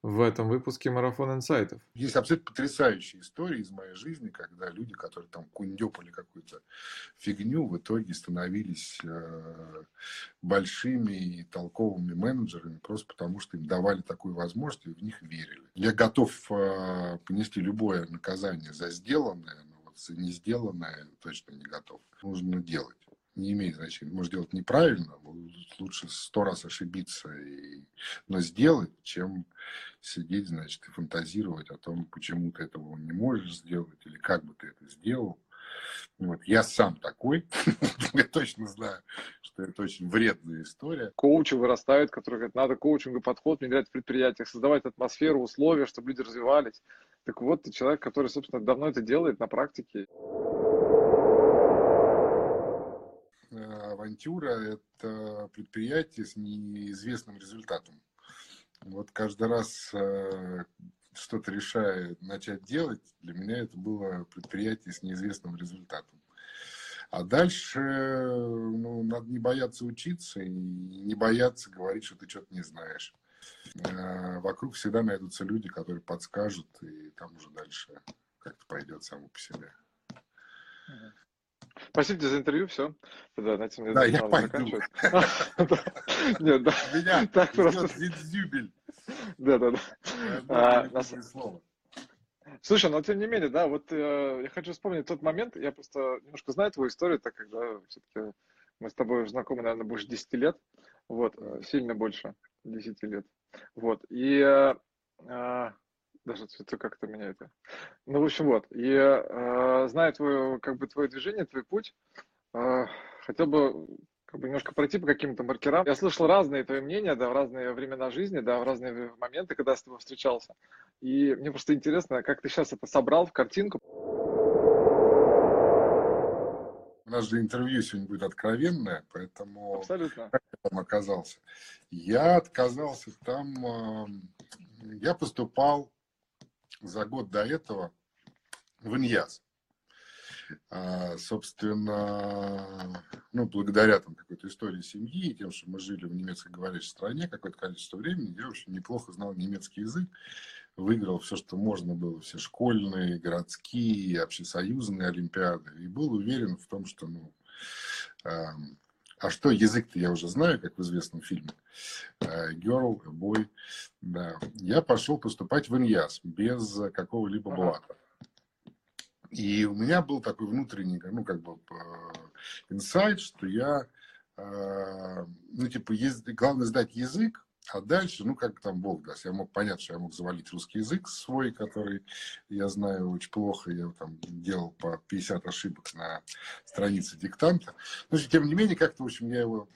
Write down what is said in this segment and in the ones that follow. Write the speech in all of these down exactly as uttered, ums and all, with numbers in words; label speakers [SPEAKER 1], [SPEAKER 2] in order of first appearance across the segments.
[SPEAKER 1] в этом выпуске «Марафон инсайтов».
[SPEAKER 2] Есть абсолютно потрясающие истории из моей жизни, когда люди, которые там кундёпали какую-то фигню, в итоге становились э, большими и толковыми менеджерами просто потому, что им давали такую возможность и в них верили. Я готов э, понести любое наказание за сделанное, но вот за не сделанное точно не готов. Нужно делать. Не имеет значения. Может делать неправильно, лучше сто раз ошибиться, и... но сделать, чем сидеть, значит, и фантазировать о том, почему ты этого не можешь сделать, или как бы ты это сделал. Вот. Я сам такой, я точно знаю, что это очень вредная история.
[SPEAKER 3] Коучи вырастают, которые говорят, надо коучинговый подход внедрять в предприятиях, создавать атмосферу, условия, чтобы люди развивались. Так вот, ты человек, который, собственно, давно это делает на практике.
[SPEAKER 2] Авантюра – это предприятие с неизвестным результатом. Вот каждый раз э, что-то решая начать делать, для меня это было предприятие с неизвестным результатом. А дальше ну, надо не бояться учиться и не бояться говорить, что ты что-то не знаешь. Э, вокруг всегда найдутся люди, которые подскажут, и там уже дальше как-то пойдет само по себе.
[SPEAKER 3] Спасибо тебе за интервью, все. Да, на этом
[SPEAKER 2] Да, я пойду.
[SPEAKER 3] заканчивать. Нет, да.
[SPEAKER 2] Меня
[SPEAKER 3] Так просто.
[SPEAKER 2] Зюбель.
[SPEAKER 3] Да, да, да.
[SPEAKER 2] Слово.
[SPEAKER 3] Слушай, но тем не менее, да, вот э, я хочу вспомнить тот момент, я просто немножко знаю твою историю, так как, да, все-таки мы с тобой уже знакомы, наверное, больше десяти лет, вот, э, сильно больше десяти лет, вот, и э, э, даже это как-то меня это, ну, в общем, вот, и э, знаю твое, как бы, твое движение, твой путь, э, хотел бы как бы немножко пройти по каким-то маркерам. Я слышал разные твои мнения, да, в разные времена жизни, да, в разные моменты, когда я с тобой встречался. И мне просто интересно, как ты сейчас это собрал в картинку.
[SPEAKER 2] У нас же интервью сегодня будет откровенное, поэтому
[SPEAKER 3] Абсолютно.
[SPEAKER 2] Как я там оказался? Я отказался там, я поступал за год до этого в ИНЯС. А, собственно, ну, благодаря там какой-то истории семьи и тем, что мы жили в немецкоговорящей стране какое-то количество времени, я очень неплохо знал немецкий язык, выиграл все, что можно было, все школьные, городские, общесоюзные олимпиады, и был уверен в том, что, ну, а, а что язык-то я уже знаю, как в известном фильме Girl, Boy, да. Я пошел поступать в ИНЯС без какого-либо блата. И у меня был такой внутренний, ну, как бы, инсайт, что я, ну, типа, главное сдать язык, а дальше, ну, как там Бог даст. Я мог понять, что я мог завалить русский язык свой, который я знаю очень плохо. Я там делал по пятьдесят ошибок на странице диктанта. Но, тем не менее, как-то, в общем, я его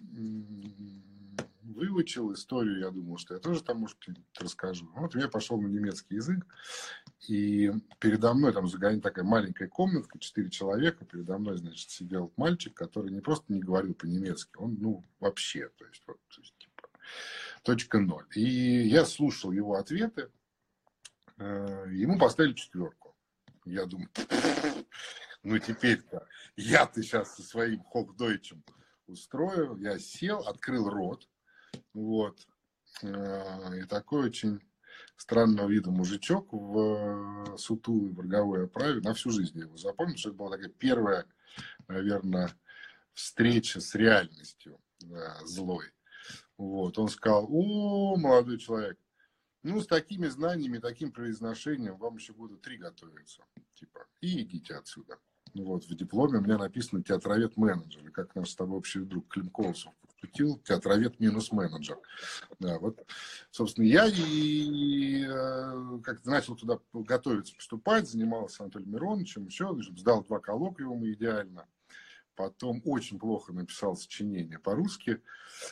[SPEAKER 2] выучил. Историю, я думал, что я тоже там, может, расскажу. Вот я пошел на немецкий язык. И передо мной там загоняет такая маленькая комнатка, четыре человека. Передо мной, значит, сидел мальчик, который не просто не говорил по-немецки, он, ну, вообще, то есть, вот, то есть, типа, точка ноль. И я слушал его ответы, ему поставили четверку. Я думаю, ну, теперь-то я-то сейчас со своим хохдойчем устрою. Я сел, открыл рот, вот, и такой очень странного вида мужичок в сутулой ворговой оправе. На всю жизнь я его запомнил, что это была такая первая, наверное, встреча с реальностью, да, злой. Вот. Он сказал: о, молодой человек, ну, с такими знаниями, таким произношением вам еще года три готовиться. Типа, и идите отсюда. Вот, в дипломе у меня написано театровед-менеджер. И как наш с тобой общий друг Клим Колосов пошутил, театровед минус менеджер. Да, вот, собственно, я и э, как-то начал туда готовиться, поступать, занимался Анатолием Мироновичем, еще, сдал два коллоквиума идеально. Потом очень плохо написал сочинение по-русски.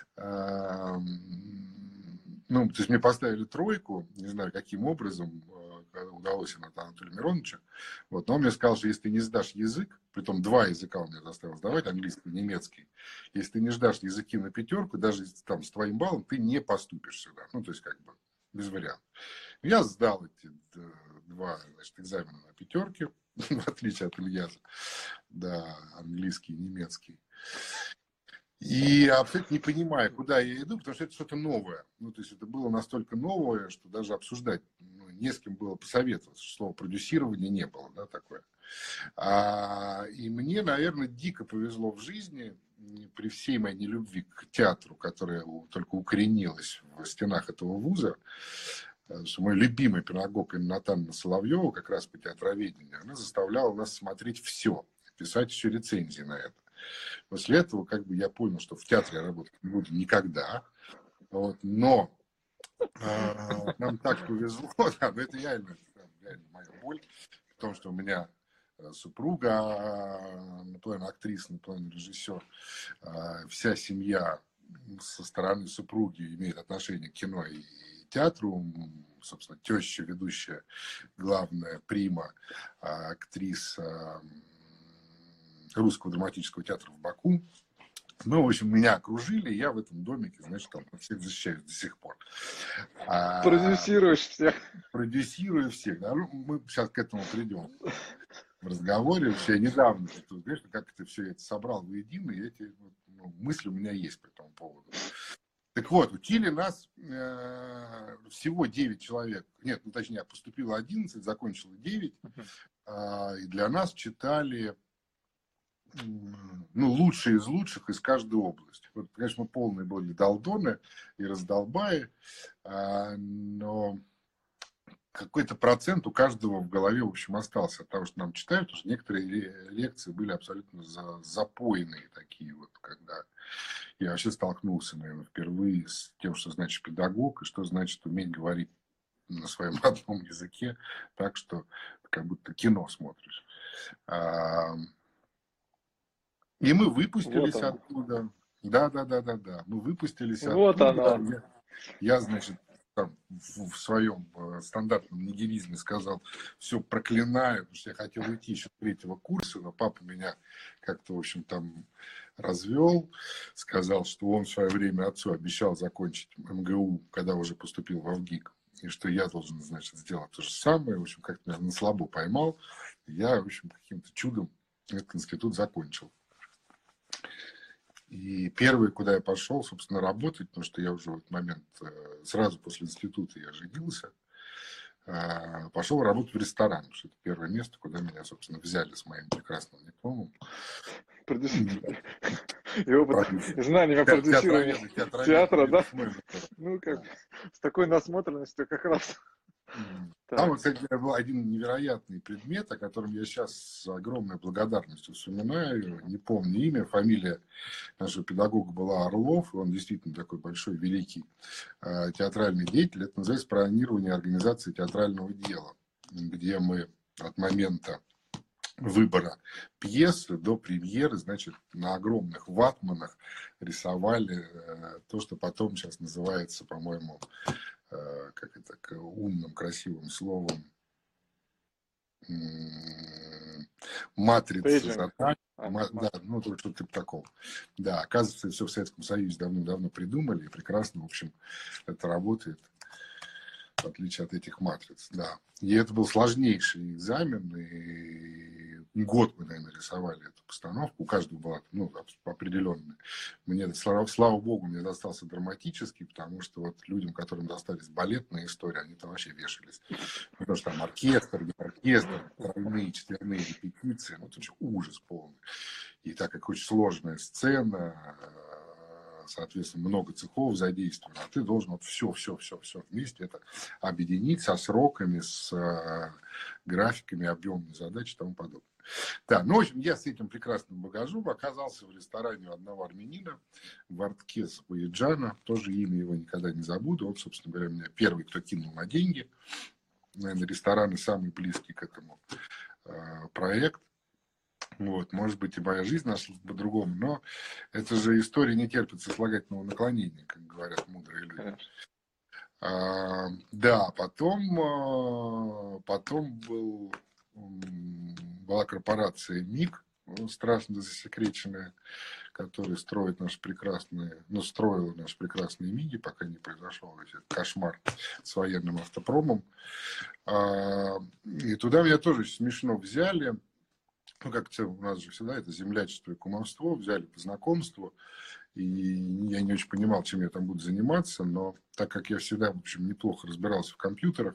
[SPEAKER 2] Ну, то есть мне поставили тройку, не знаю, каким образом удалось это Анатолию Мироновичу. Вот. Но он мне сказал, что если ты не сдашь язык, притом два языка он мне заставил сдавать, английский и немецкий, если ты не сдашь языки на пятерку, даже там с твоим баллом, ты не поступишь сюда. Ну, то есть, как бы, без вариантов. Я сдал эти два, значит, экзамена на пятерке, в отличие от Ильяза, да, английский и немецкий. И абсолютно не понимая, куда я иду, потому что это что-то новое. Ну, то есть это было настолько новое, что даже обсуждать ну, не с кем было посоветоваться. Слово продюсирование не было, да, такое. А, и мне, наверное, дико повезло в жизни, при всей моей нелюбви к театру, которая только укоренилась в стенах этого вуза, что мой любимый педагог Наталья Соловьева, как раз по театроведению, она заставляла нас смотреть все, писать еще рецензии на это. После этого как бы я понял, что в театре я работать не буду никогда. Вот, но э, нам так повезло, да, но это реально, реально моя боль в том, что у меня супруга наполовину актриса, наполовину режиссер, э, вся семья со стороны супруги имеет отношение к кино и театру, собственно, теща, ведущая, главная прима, актриса Русского драматического театра в Баку. Ну, в общем, меня окружили, и я в этом домике, значит, там всех защищаюсь до сих пор.
[SPEAKER 3] Продюсируешь всех.
[SPEAKER 2] Продюсирую всех. Да? Ну, мы сейчас к этому придем в разговоре. Я недавно, знаешь, как это все это собрал воедино, и эти ну, мысли у меня есть по этому поводу. Так вот, учили нас э, всего девять человек. Нет, ну точнее, поступило одиннадцать, закончило девять. Э, и для нас читали ну, лучшие из лучших из каждой области. Вот, конечно, мы полные были долдоны и раздолбаи, э, но какой-то процент у каждого в голове, в общем, остался от того, что нам читают, потому что некоторые лекции были абсолютно за, запойные такие вот, когда я вообще столкнулся, наверное, впервые с тем, что значит педагог и что значит уметь говорить на своем родном языке так, что как будто кино смотришь. И мы выпустились вот оттуда. Да, да, да, да, да. Мы выпустились
[SPEAKER 3] вот
[SPEAKER 2] оттуда.
[SPEAKER 3] Оно.
[SPEAKER 2] Я, я, значит, там, в, в своем стандартном нигилизме сказал, все проклинаю, потому что я хотел уйти еще с третьего курса, но папа меня как-то, в общем, там развел, сказал, что он в свое время отцу обещал закончить эм гэ у, когда уже поступил в АВГИК, и что я должен, значит, сделать то же самое. В общем, как-то меня на слабо поймал. Я, в общем, каким-то чудом этот институт закончил. И первый, куда я пошел, собственно, работать, потому что я уже в этот момент, сразу после института я женился, пошел работать в ресторан, потому что это первое место, куда меня, собственно, взяли с моим прекрасным дипломом.
[SPEAKER 3] И опыт, знаниями продюсирования театра, да? Ну, как, с такой насмотренностью как раз.
[SPEAKER 2] Там, кстати, был один невероятный предмет, о котором я сейчас с огромной благодарностью вспоминаю. Не помню имя, фамилия нашего педагога была Орлов, и он действительно такой большой, великий э, театральный деятель. Это называется планирование организации театрального дела, где мы от момента выбора пьесы до премьеры, значит, на огромных ватманах рисовали э, то, что потом сейчас называется, по-моему, как это, умным, красивым словом, матрица задач. Да, ну, что-то типа такого. Да, оказывается, все в Советском Союзе давно-давно придумали, и прекрасно, в общем, это работает, в отличие от этих матриц, да. И это был сложнейший экзамен, и год мы, наверное, рисовали эту постановку, у каждого была, ну, определенная. Мне, слава, слава богу, мне достался драматический, потому что вот людям, которым достались балетные истории, они там вообще вешались. Потому что там оркестр, не оркестр, тройные, четверные репетиции, ну, это же ужас полный. И так как очень сложная сцена, соответственно, много цехов задействовано, а ты должен вот все, все, все, все вместе это объединить со сроками, с э, графиками, объемами задач и тому подобное. Да, ну, в общем, я с этим прекрасным багажом оказался в ресторане у одного армянина, Вардкес Бояджана, тоже имя его никогда не забуду, он, собственно говоря, меня первый, кто кинул на деньги, наверное, рестораны самый близкий к этому э, проект. Вот, может быть, и моя жизнь нашлась по-другому, но это же история не терпит сослагательного наклонения, как говорят мудрые люди. А, да, потом, а, потом был, была корпорация МИГ, страшно засекреченная, которая строит наши прекрасные, ну, строила наши прекрасные МИГи, пока не произошел этот кошмар с военным автопромом. А, и туда меня тоже смешно взяли. Ну, как у нас же всегда, это землячество и кумовство, взяли по знакомству. и я не очень понимал, чем я там буду заниматься, но так как я всегда, в общем, неплохо разбирался в компьютерах,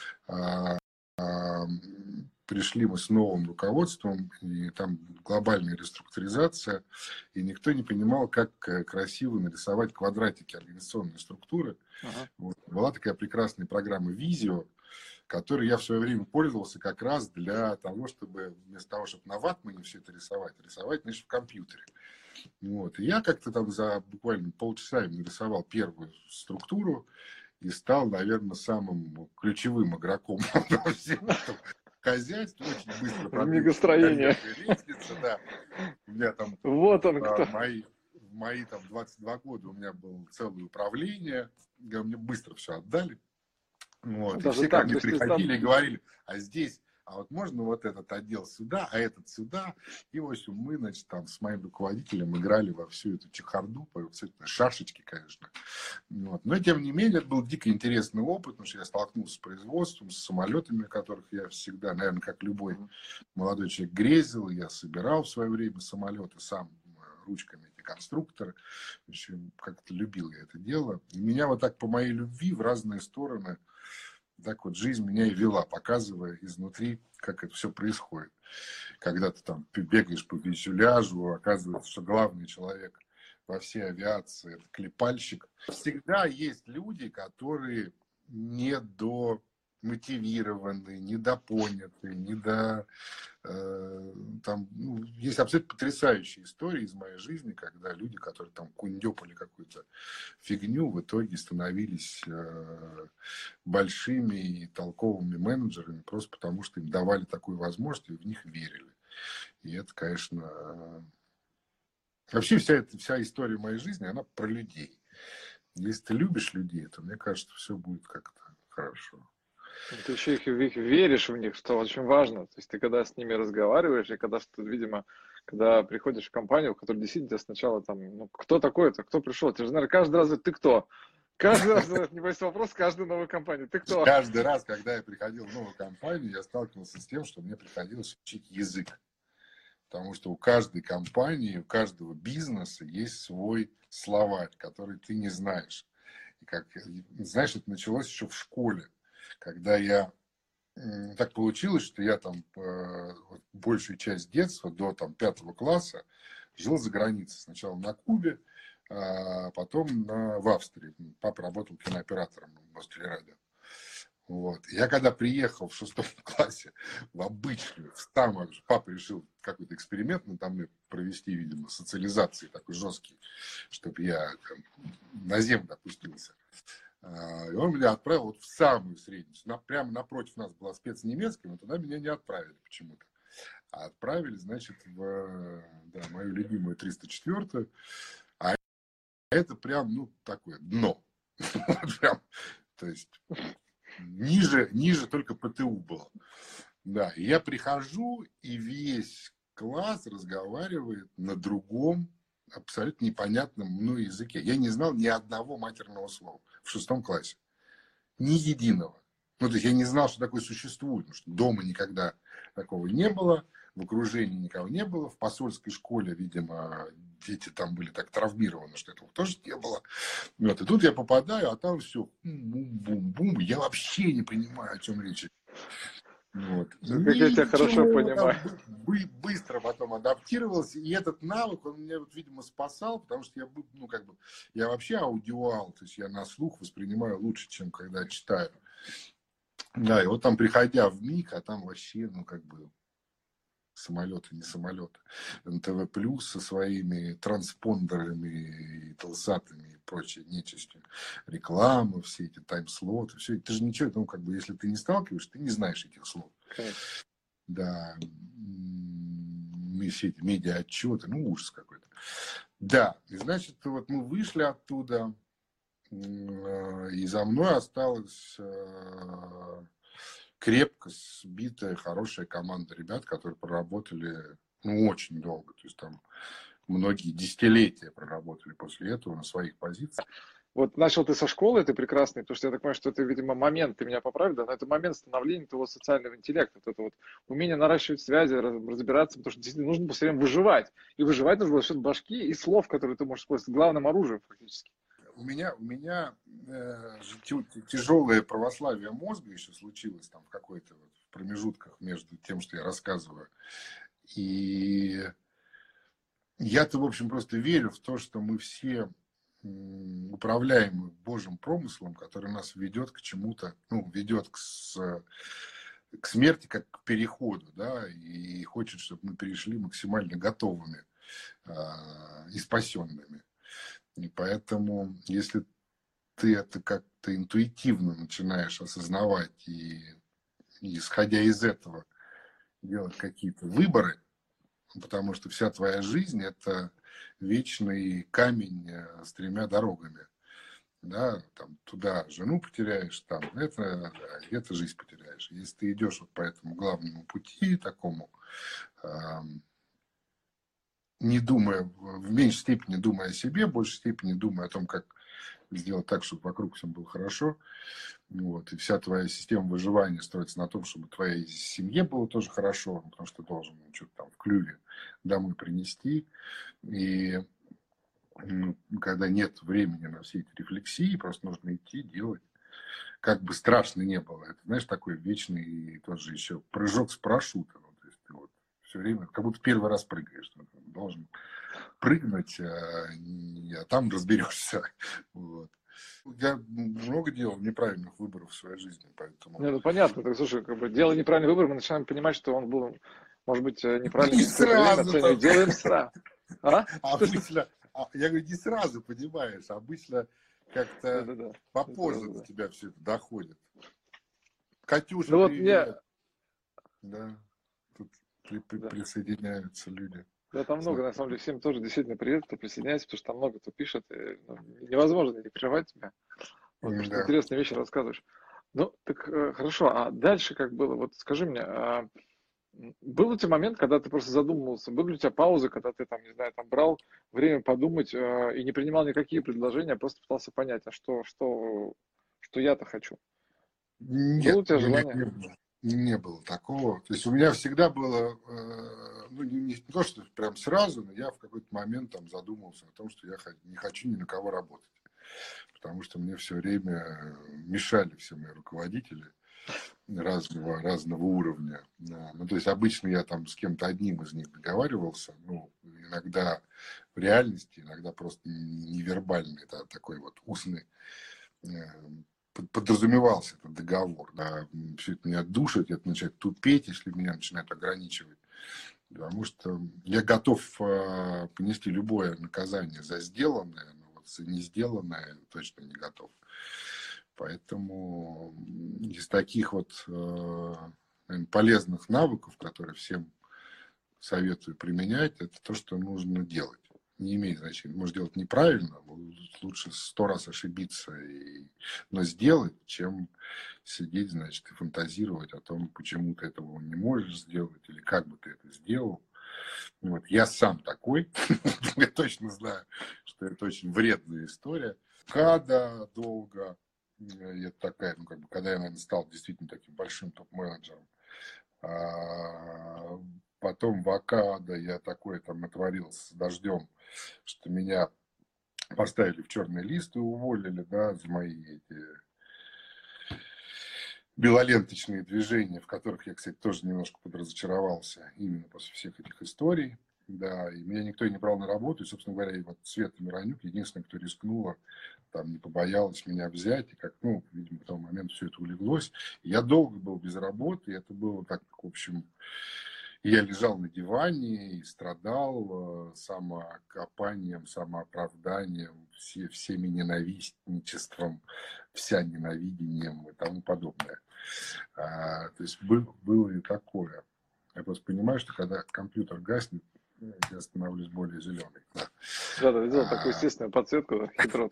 [SPEAKER 2] пришли мы с новым руководством, и там глобальная реструктуризация, и никто не понимал, как красиво нарисовать квадратики организационной структуры.
[SPEAKER 3] Ага.
[SPEAKER 2] Вот. Была такая прекрасная программа Visio, которой я в свое время пользовался как раз для того, чтобы вместо того, чтобы на ватмане все это рисовать, рисовать, значит, в компьютере. Вот. И я как-то там за буквально полчаса нарисовал первую структуру и стал, наверное, самым ключевым игроком во всем этом хозяйстве. Очень быстро продвинулся по карьерной лестнице, да. У меня там
[SPEAKER 3] вот он кто.
[SPEAKER 2] мои, мои там двадцать два года у меня было целое управление, мне быстро все отдали. Вот. И все ко мне приходили и говорили, а здесь, а вот можно вот этот отдел сюда, а этот сюда. И, в общем, мы, значит, там с моим руководителем играли во всю эту чехарду, шашечки, конечно. Вот. Но, тем не менее, это был дико интересный опыт, потому что я столкнулся с производством, с самолетами, которых я всегда, наверное, как любой молодой человек, грезил. Я собирал в свое время самолеты сам ручками, эти конструкторы. В общем, как-то любил я это дело. И меня вот так по моей любви в разные стороны так вот жизнь меня и вела, показывая изнутри, как это все происходит. Когда ты там бегаешь по фюзеляжу, оказывается, что главный человек во всей авиации – это клепальщик. Всегда есть люди, которые недомотивированы, недопоняты, недо... Э, там, ну, есть абсолютно потрясающие истории из моей жизни, когда люди, которые там кундёпали какую-то фигню, в итоге становились э, большими и толковыми менеджерами просто потому, что им давали такую возможность и в них верили. И это, конечно... Э... Вообще вся, эта, вся история моей жизни, она про людей. Если ты любишь людей, то, мне кажется, все будет как-то хорошо.
[SPEAKER 3] Ты еще их, их веришь в них, что очень важно. То есть ты когда с ними разговариваешь, и когда, что, видимо, когда приходишь в компанию, в которой действительно сначала там, ну, кто такой-то, кто пришел? Ты же, наверное, каждый раз, ты кто? Каждый раз задают небольшой вопрос, каждую новую компанию. Ты кто?
[SPEAKER 2] Каждый раз, когда я приходил в новую компанию, я сталкивался с тем, что мне приходилось учить язык. Потому что у каждой компании, у каждого бизнеса есть свой словарь, который ты не знаешь. И как, знаешь, это началось еще в школе. Когда я, так получилось, что я там вот, большую часть детства, до там, пятого класса, жил за границей. Сначала на Кубе, а потом на, в Австрии. Папа работал кинооператором в Мосгераде. Вот. Я когда приехал в шестом классе в обычную, в самую, папа решил какой-то эксперимент надо мной провести, видимо, социализации такой жесткий, чтобы я там, на землю опустился. И он меня отправил вот в самую среднюю. На, прямо напротив нас была спецнемецкая, но туда меня не отправили почему-то. А отправили, значит, в да, мою любимую триста четвёртую. А это прям, ну, такое дно. Прям, то есть ниже, ниже только ПТУ было. Да, и я прихожу, и весь класс разговаривает на другом, абсолютно непонятном мной языке. Я не знал ни одного матерного слова в шестом классе. Ни единого. Ну, то есть я не знал, что такое существует, потому что дома никогда такого не было, в окружении никого не было, в посольской школе, видимо, дети там были так травмированы, что этого тоже не было. Вот, и тут я попадаю, а там все бум-бум-бум, я вообще не понимаю, о чем речь. Вот.
[SPEAKER 3] Как я тебя хорошо понимаю.
[SPEAKER 2] Быстро потом адаптировался, и этот навык, он меня, вот, видимо, спасал, потому что я, ну, как бы, я вообще аудиал, то есть я на слух воспринимаю лучше, чем когда читаю. Да, и вот там, приходя в МИГ, а там вообще, ну, как бы, самолеты, не самолеты. эн тэ вэ плюс со своими транспондерами и толсатами и прочей нечистью. Реклама, все эти тайм-слоты, все. Ты же ничего, ну, как бы, если ты не сталкиваешься, ты не знаешь этих слов.
[SPEAKER 3] Конечно. Да.
[SPEAKER 2] И все эти медиа-отчеты, ну, ужас какой-то. Да, и, значит, вот мы вышли оттуда, и за мной осталось крепко сбитая, хорошая команда ребят, которые проработали, ну, очень долго. То есть там многие десятилетия проработали после этого на своих позициях.
[SPEAKER 3] Вот начал ты со школы, ты прекрасный, потому что я так понимаю, что это, видимо, момент, ты меня поправь, да, но это момент становления твоего социального интеллекта, вот это вот умение наращивать связи, раз- разбираться, потому что действительно нужно было все время выживать. И выживать нужно было счет башки и слов, которые ты можешь использовать, главным оружием фактически.
[SPEAKER 2] У меня, у меня э, же тю- тю- тяжелое православие мозга еще случилось там в какой-то вот промежутках между тем, что я рассказываю. И я-то, в общем, просто верю в то, что мы все м, управляемы Божьим промыслом, который нас ведет к чему-то, ну, ведет к, с- к смерти, как к переходу, да, и хочет, чтобы мы перешли максимально готовыми а, и спасенными. И поэтому, если ты это как-то интуитивно начинаешь осознавать и, и исходя из этого делать какие-то выборы, потому что вся твоя жизнь – это вечный камень э, с тремя дорогами. Да, там туда жену потеряешь, там это, да, где-то жизнь потеряешь. Если ты идешь вот по этому главному пути такому, эм, не думая, в меньшей степени думая о себе, в большей степени думая о том, как сделать так, чтобы вокруг всем было хорошо, вот, и вся твоя система выживания строится на том, чтобы твоей семье было тоже хорошо, потому что ты должен ну, что-то там в клюве домой принести. И ну, когда нет времени на все эти рефлексии, просто нужно идти делать. Как бы страшно не было. Это, знаешь, такой вечный и тот же еще прыжок с парашютом. Ну, то есть ты вот все время, как будто первый раз прыгаешь. Ты должен прыгнуть, а, а там разберешься. Вот. Я много делал неправильных выборов в своей жизни, поэтому...
[SPEAKER 3] Не, ну понятно, так, слушай, как бы делая неправильный выбор, мы начинаем понимать, что он был, может быть, э, неправильным
[SPEAKER 2] Не
[SPEAKER 3] в какое-то время,
[SPEAKER 2] сразу
[SPEAKER 3] оценивать,
[SPEAKER 2] только.
[SPEAKER 3] делаем сразу. А? Что, что?
[SPEAKER 2] Обычно, а, я говорю, не сразу понимаешь, обычно как-то
[SPEAKER 3] Да-да-да. Не
[SPEAKER 2] попозже
[SPEAKER 3] сразу,
[SPEAKER 2] до
[SPEAKER 3] да.
[SPEAKER 2] тебя все это доходит. Катюша,
[SPEAKER 3] Ну вот мне,
[SPEAKER 2] привет. Да, тут при- при-
[SPEAKER 3] да.
[SPEAKER 2] присоединяются люди.
[SPEAKER 3] Да, там много, на самом
[SPEAKER 2] Знакомые.
[SPEAKER 3] деле, всем тоже действительно привет, кто присоединяется, потому что там много кто пишет, и, ну, невозможно не прерывать тебя, вот, потому что
[SPEAKER 2] Да.
[SPEAKER 3] интересные вещи рассказываешь. Ну, так э, хорошо, а дальше как было? Вот скажи мне, а, м, был у тебя момент, когда ты просто задумывался, были у тебя паузы, когда ты там, не знаю, там брал время подумать э, и не принимал никакие предложения, а просто пытался понять, а что, что, что я-то хочу? Было
[SPEAKER 2] Нет,
[SPEAKER 3] у тебя
[SPEAKER 2] у меня
[SPEAKER 3] желание?
[SPEAKER 2] не было, не было такого. То есть у меня всегда было, э, ну не, не то, что прям сразу, но я в какой-то момент там задумался о том, что я х- не хочу ни на кого работать. Потому что мне все время мешали все мои руководители разного, разного уровня. Да. Ну, то есть обычно я там с кем-то одним из них договаривался, ну, иногда в реальности, иногда просто невербальный, это такой вот устный э, подразумевался этот договор. Да. Все это меня душит, это начинает тупеть, если меня начинают ограничивать. Потому что я готов э, понести любое наказание за сделанное, но вот за не сделанное точно не готов. Поэтому из таких вот э, наверное, полезных навыков, которые всем советую применять, это то, что нужно делать. Не имеет значения. Может делать неправильно, лучше сто раз ошибиться, и... но сделать, чем сидеть, значит, и фантазировать о том, почему ты этого не можешь сделать, или как бы ты это сделал. Вот. Я сам такой, я точно знаю, что это очень вредная история. Когда долго, это такая, ну, как бы, когда я, наверное, стал действительно таким большим топ-менеджером, а потом в Акада я такой там натворил с дождем, что меня поставили в черный лист и уволили, да, за мои эти белоленточные движения, в которых я, кстати, тоже немножко подразочаровался именно после всех этих историй. Да, и меня никто не брал на работу, и, собственно говоря, и вот Света Миронюк, единственная, кто рискнула, там, не побоялась меня взять, и как, ну, видимо, в тот момент все это улеглось. И я долго был без работы, и это было так, в общем, я лежал на диване и страдал э, самокопанием, самооправданием, все, всеми ненавистничеством, вся ненавидением и тому подобное. А, то есть был, было и такое. Я просто понимаю, что когда компьютер гаснет, я становлюсь более зеленый. Да.
[SPEAKER 3] Да, да, сделал такую
[SPEAKER 2] А,
[SPEAKER 3] естественную подсветку, да, хитро.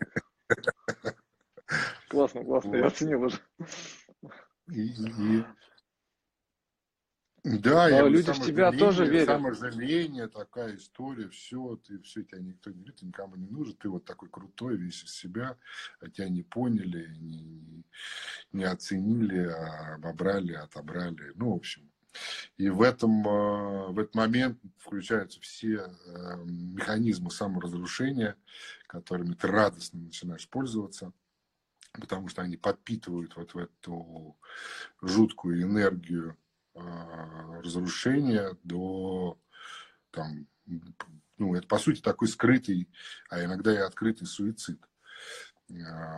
[SPEAKER 3] Классно, классно, я
[SPEAKER 2] вот.
[SPEAKER 3] оценил уже.
[SPEAKER 2] И, и, Да, я
[SPEAKER 3] Но
[SPEAKER 2] говорю,
[SPEAKER 3] люди в тебя тоже
[SPEAKER 2] саможаление,
[SPEAKER 3] верят.
[SPEAKER 2] саможаление, такая история, все, ты, все тебя никто не любит, никому не нужен, ты вот такой крутой, весь из себя, а тебя не поняли, не, не оценили, а обобрали, отобрали, ну, в общем. И в этом, э, в этот момент включаются все э, механизмы саморазрушения, которыми ты радостно начинаешь пользоваться, потому что они подпитывают вот в эту жуткую энергию разрушения до там, ну, это по сути такой скрытый, а иногда и открытый суицид. И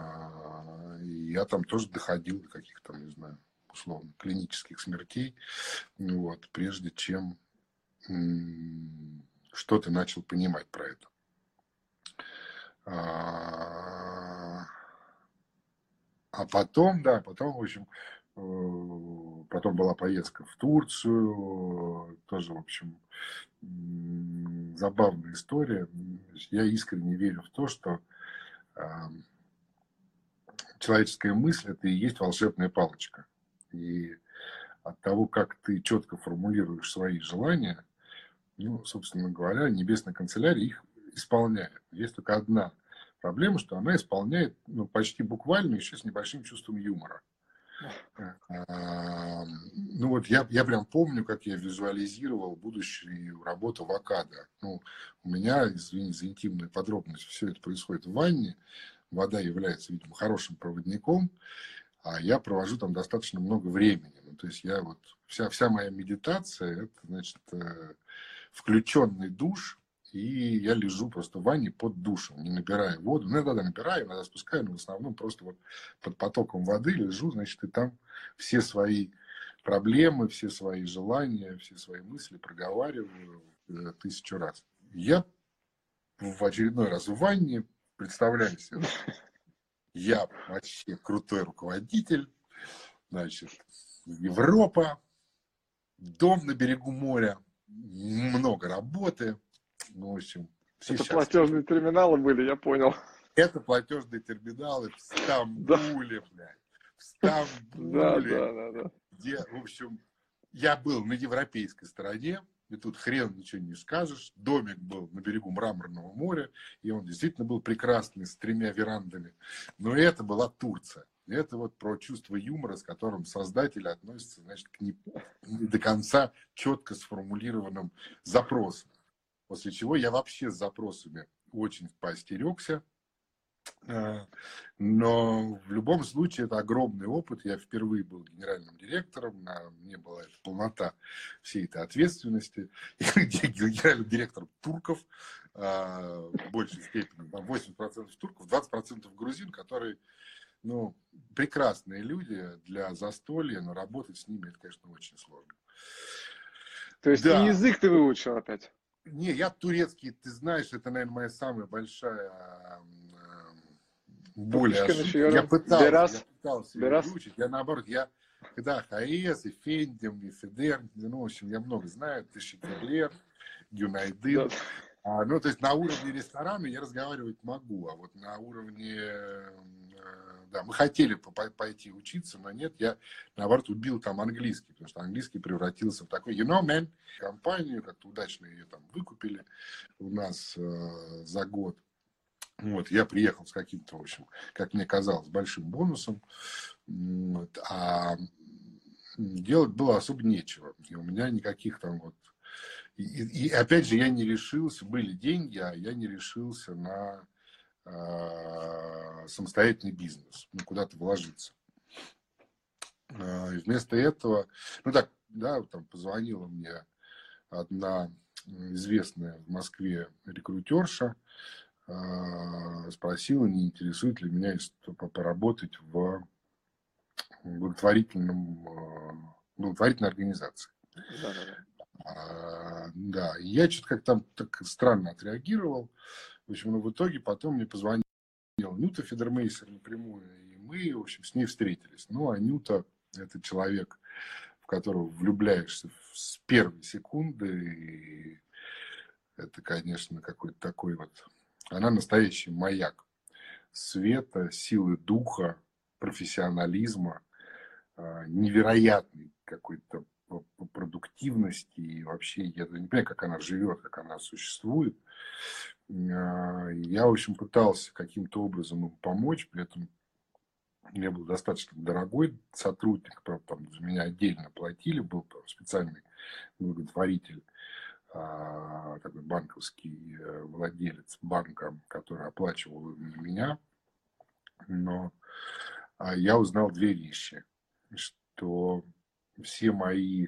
[SPEAKER 2] я там тоже доходил до каких-то, не знаю, условно, клинических смертей, вот, прежде чем что-то начал понимать про это. А потом, да, потом, в общем, потом была поездка в Турцию, тоже, в общем, забавная история. Я искренне верю в то, что человеческая мысль – это и есть волшебная палочка. И от того, как ты четко формулируешь свои желания, ну, собственно говоря, Небесная канцелярия их исполняет. Есть только одна проблема, что она исполняет, ну, почти буквально, еще с небольшим чувством юмора. Ну вот я, я прям помню, как я визуализировал будущую работу в АКАДО. Ну, у меня, извини за интимную подробность, все это происходит в ванне. Вода является, видимо, хорошим проводником, а я провожу там достаточно много времени. Ну, то есть я вот, вся, вся моя медитация, это, значит, включенный душ, и я лежу просто в ванне под душем, не набирая воду. Ну, иногда набираю, иногда спускаю, но в основном просто вот под потоком воды лежу, значит, и там все свои проблемы, все свои желания, все свои мысли проговариваю тысячу раз. Я в очередной раз в ванне, представляю себе, я вообще крутой руководитель, значит, Европа, дом на берегу моря, много работы. Ну, в общем, все
[SPEAKER 3] Это
[SPEAKER 2] счастливы.
[SPEAKER 3] платежные терминалы были, я понял.
[SPEAKER 2] Это платежные терминалы в Стамбуле, блядь. В Стамбуле.
[SPEAKER 3] Да, да, да, да.
[SPEAKER 2] Где, в общем, я был на европейской стороне, и тут хрен ничего не скажешь. Домик был на берегу Мраморного моря, и он действительно был прекрасный, с тремя верандами. Но это была Турция. Это вот про чувство юмора, с которым создатели относятся, значит, к не, не до конца четко сформулированным запросам. После чего я вообще с запросами очень поостерегся. Но в любом случае это огромный опыт. Я впервые был генеральным директором, на мне была эта полнота всей этой ответственности. Генеральным директором турков в большей степени, там восемьдесят процентов турков, двадцать процентов грузин, которые, ну, прекрасные люди для застолья, но работать с ними это, конечно, очень сложно.
[SPEAKER 3] То есть
[SPEAKER 2] да.
[SPEAKER 3] И язык ты выучил опять?
[SPEAKER 2] Не, я турецкий, ты знаешь, это, наверное, моя самая большая боль. Я пытался,
[SPEAKER 3] Берас,
[SPEAKER 2] я пытался
[SPEAKER 3] Берас.
[SPEAKER 2] ее выучить. Я наоборот, я когда Хаэс, и Фендим, и Федер, ну, в общем, я много знаю, Тышитерлер, Юнайдын. Да. А, ну, то есть на уровне ресторана я разговаривать могу, а вот на уровне... Да, мы хотели пойти учиться, но нет, я, наоборот, убил там английский, потому что английский превратился в такой, you know, man, компанию, как-то удачно ее там выкупили у нас э, за год. Вот, я приехал с каким-то, в общем, как мне казалось, большим бонусом, вот, а делать было особо нечего. И у меня никаких там вот... И, и опять же, я не решился, были деньги, а я не решился на... самостоятельный бизнес, ну, куда-то вложиться. И вместо этого, ну так, да, там позвонила мне одна известная в Москве рекрутерша, спросила, не интересует ли меня поработать в благотворительном, благотворительной организации.
[SPEAKER 3] Да, да, да.
[SPEAKER 2] А, да, и я что-то как-то там так странно отреагировал. В общем, ну, в итоге потом мне позвонила Нюта Федермейсер напрямую, и мы, в общем, с ней встретились. Ну, а Нюта – это человек, в которого влюбляешься с первой секунды, и это, конечно, какой-то такой вот... Она настоящий маяк света, силы духа, профессионализма, невероятный какой-то продуктивности. эффективности, и вообще я не понимаю, как она живет, как она существует. Я, в общем, пытался каким-то образом им помочь, при этом я был достаточно дорогой сотрудник, правда, там за меня отдельно платили, был там специальный благотворитель, такой банковский владелец банка, который оплачивал меня. Но я узнал две вещи, что все мои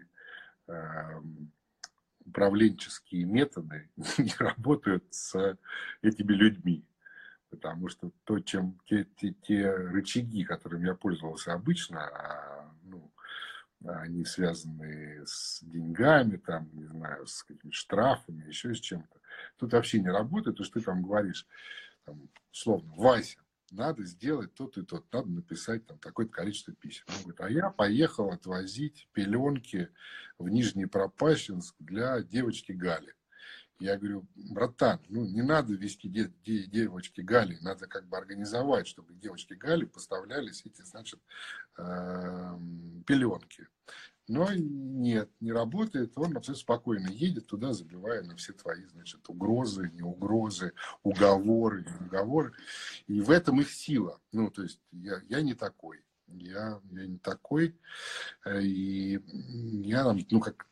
[SPEAKER 2] управленческие методы не работают с этими людьми. Потому что то, чем те, те, те рычаги, которыми я пользовался обычно, ну, они связаны с деньгами, там, не знаю, с какими-то штрафами, еще с чем-то. Тут вообще не работает, то, что ты там говоришь, там, условно, Вася, надо сделать то-то и то, надо написать там такое-то количество писем. Он говорит, а я поехал отвозить пеленки в Нижний Пропащенск для девочки Гали. Я говорю, братан, ну не надо вести де- де- девочки Гали, надо как бы организовать, чтобы девочки Гали поставлялись эти, значит, э- пеленки. Но нет, не работает, он абсолютно спокойно едет туда, забивая на все твои, значит, угрозы, не угрозы, уговоры, не уговоры. И в этом их сила. Ну, то есть я, я не такой. Я, я не такой. И я там, ну, как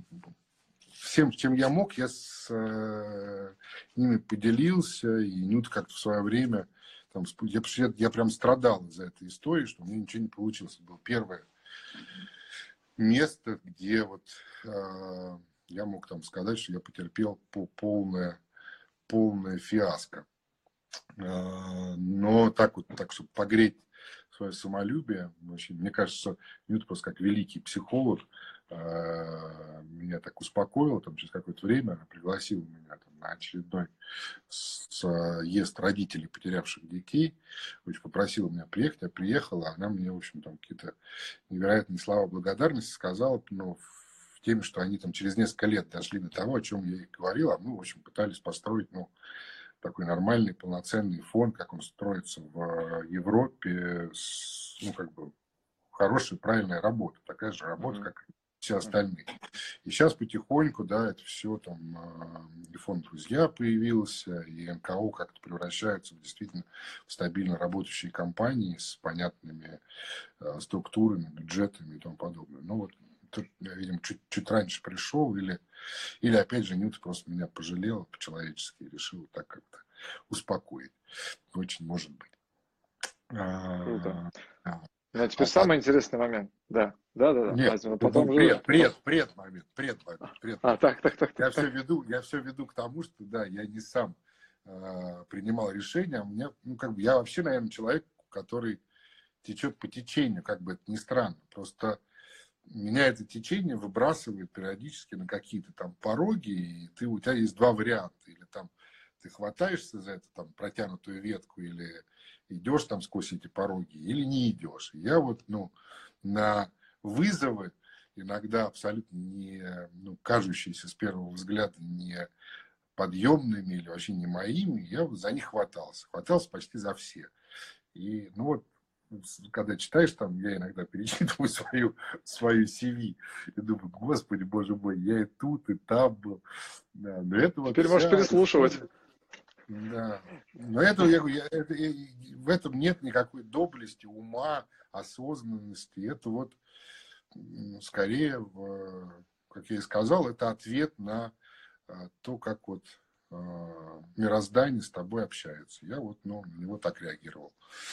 [SPEAKER 2] всем, чем я мог, я с э, ними поделился, и Нют как-то в свое время, там, я, я, я прям страдал из-за этой истории, что у меня ничего не получилось. Это было первое место, где вот э, я мог там сказать, что я потерпел по полное, полное фиаско. Э, но так вот, так, чтобы погреть свое самолюбие, очень, мне кажется, Нют просто как великий психолог меня так успокоил, там через какое-то время она пригласила меня там, на очередной съезд родителей, потерявших детей, очень попросила меня приехать, я приехал, а она мне, в общем, там какие-то невероятные слова благодарности сказала, но в теме, что они там через несколько лет дошли до того, о чем я и говорил, а мы, в общем, пытались построить, ну, такой нормальный, полноценный фонд, как он строится в Европе, с, ну, как бы, хорошая, правильная работа, такая же работа, как все остальные. И сейчас потихоньку, да, это все там, и фонд «Друзья» появился, и эн ка о как-то превращается в действительно в стабильно работающие компании с понятными структурами, бюджетами и тому подобное. Ну вот, тут я, видимо, чуть, чуть раньше пришел, или, или опять же, Нют просто меня пожалел по-человечески и решил так как-то успокоить. Очень может быть.
[SPEAKER 3] Круто.
[SPEAKER 2] А,
[SPEAKER 3] Ну, а теперь
[SPEAKER 2] а
[SPEAKER 3] самый
[SPEAKER 2] потом...
[SPEAKER 3] интересный момент. Да, да, да, да.
[SPEAKER 2] Нет,
[SPEAKER 3] А
[SPEAKER 2] потом
[SPEAKER 3] потом
[SPEAKER 2] пред,
[SPEAKER 3] же...
[SPEAKER 2] пред, пред момент, пред момент, пред
[SPEAKER 3] А,
[SPEAKER 2] момент.
[SPEAKER 3] так, так, так,
[SPEAKER 2] Я
[SPEAKER 3] так,
[SPEAKER 2] все
[SPEAKER 3] так.
[SPEAKER 2] веду, я все веду к тому, что да, я не сам э, принимал решения, у меня, ну как бы, я вообще, наверное, человек, который течет по течению, как бы это ни странно. Просто меня это течение выбрасывает периодически на какие-то там пороги, и ты, у тебя есть два варианта. Или там ты хватаешься за эту там протянутую ветку, или идешь там сквозь эти пороги, или не идешь. И я вот, ну, на вызовы, иногда абсолютно не, ну, кажущиеся с первого взгляда не подъемными или вообще не моими, я вот за них хватался. Хватался почти за все. И, ну вот, когда читаешь, там, я иногда перечитываю свою, свою си ви и думаю, господи, боже мой, я и тут, и там был. Да, но это вот
[SPEAKER 3] Теперь можешь
[SPEAKER 2] вся
[SPEAKER 3] переслушивать.
[SPEAKER 2] история. Да. Но это, я говорю, я, это, в этом нет никакой доблести, ума, осознанности. Это вот скорее, в, как я и сказал, это ответ на то, как вот мироздание с тобой общается. Я вот, ну, на него так реагировал.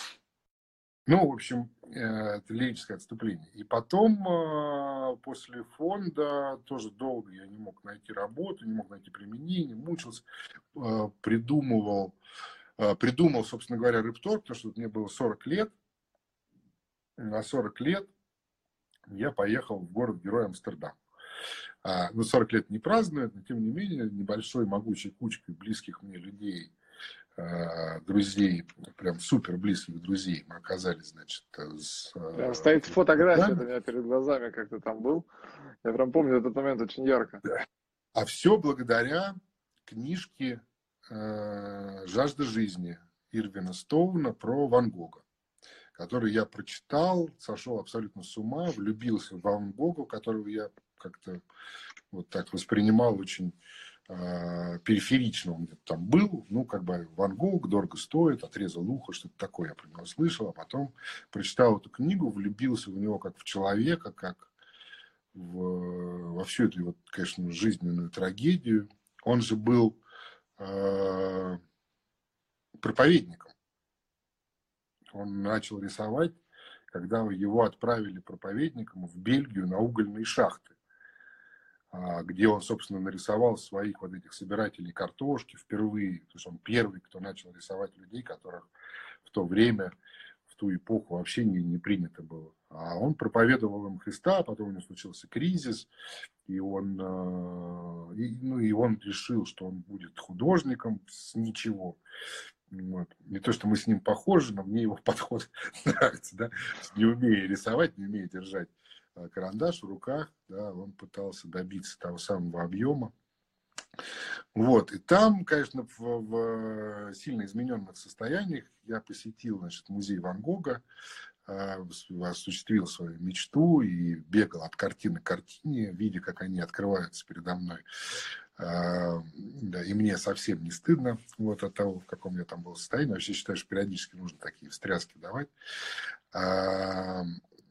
[SPEAKER 2] Ну, в общем, это лирическое отступление. И потом, после фонда, тоже долго я не мог найти работу, не мог найти применение, мучился, придумывал, придумал, собственно говоря, рэп-торг, потому что мне было сорок лет. На сорок лет я поехал в город-герой Амстердам. Ну, сорок лет не празднуют, но, тем не менее, небольшой, могучей кучкой близких мне людей, друзей, прям супер близких друзей, мы оказались, значит, с...
[SPEAKER 3] Прям стоит фотография у меня перед глазами, как ты там был. Я прям помню этот момент очень ярко.
[SPEAKER 2] Да. А все благодаря книжке «Жажда жизни» Ирвина Стоуна про Ван Гога. который я прочитал, сошел абсолютно с ума, влюбился в Ван Гога, которого я как-то вот так воспринимал очень э, периферично. Он где-то там был, ну, как бы Ван Гог дорого стоит, отрезал ухо, что-то такое я про него слышал, а потом прочитал эту книгу, влюбился в него как в человека, как в, во всю эту, вот, конечно, жизненную трагедию. Он же был э, проповедником. Он начал рисовать, когда его отправили проповедником в Бельгию на угольные шахты, где он, собственно, нарисовал своих вот этих собирателей картошки впервые. Потому что он первый, кто начал рисовать людей, которых в то время, в ту эпоху вообще не, не принято было. А он проповедовал им Христа, а потом у него случился кризис, и он, и, ну, и он решил, что он будет художником с ничего. Вот. Не то, что мы с ним похожи, но мне его подход нравится. Да? Не умея рисовать, не умея держать карандаш в руках, да, он пытался добиться того самого объема. Вот. И там, конечно, в, в сильно измененных состояниях я посетил, значит, музей Ван Гога, осуществил свою мечту и бегал от картины к картине, видя, как они открываются передо мной. Да, и мне совсем не стыдно вот, от того, в каком я там был состоянии. Я вообще считаю, что периодически нужно такие встряски давать. А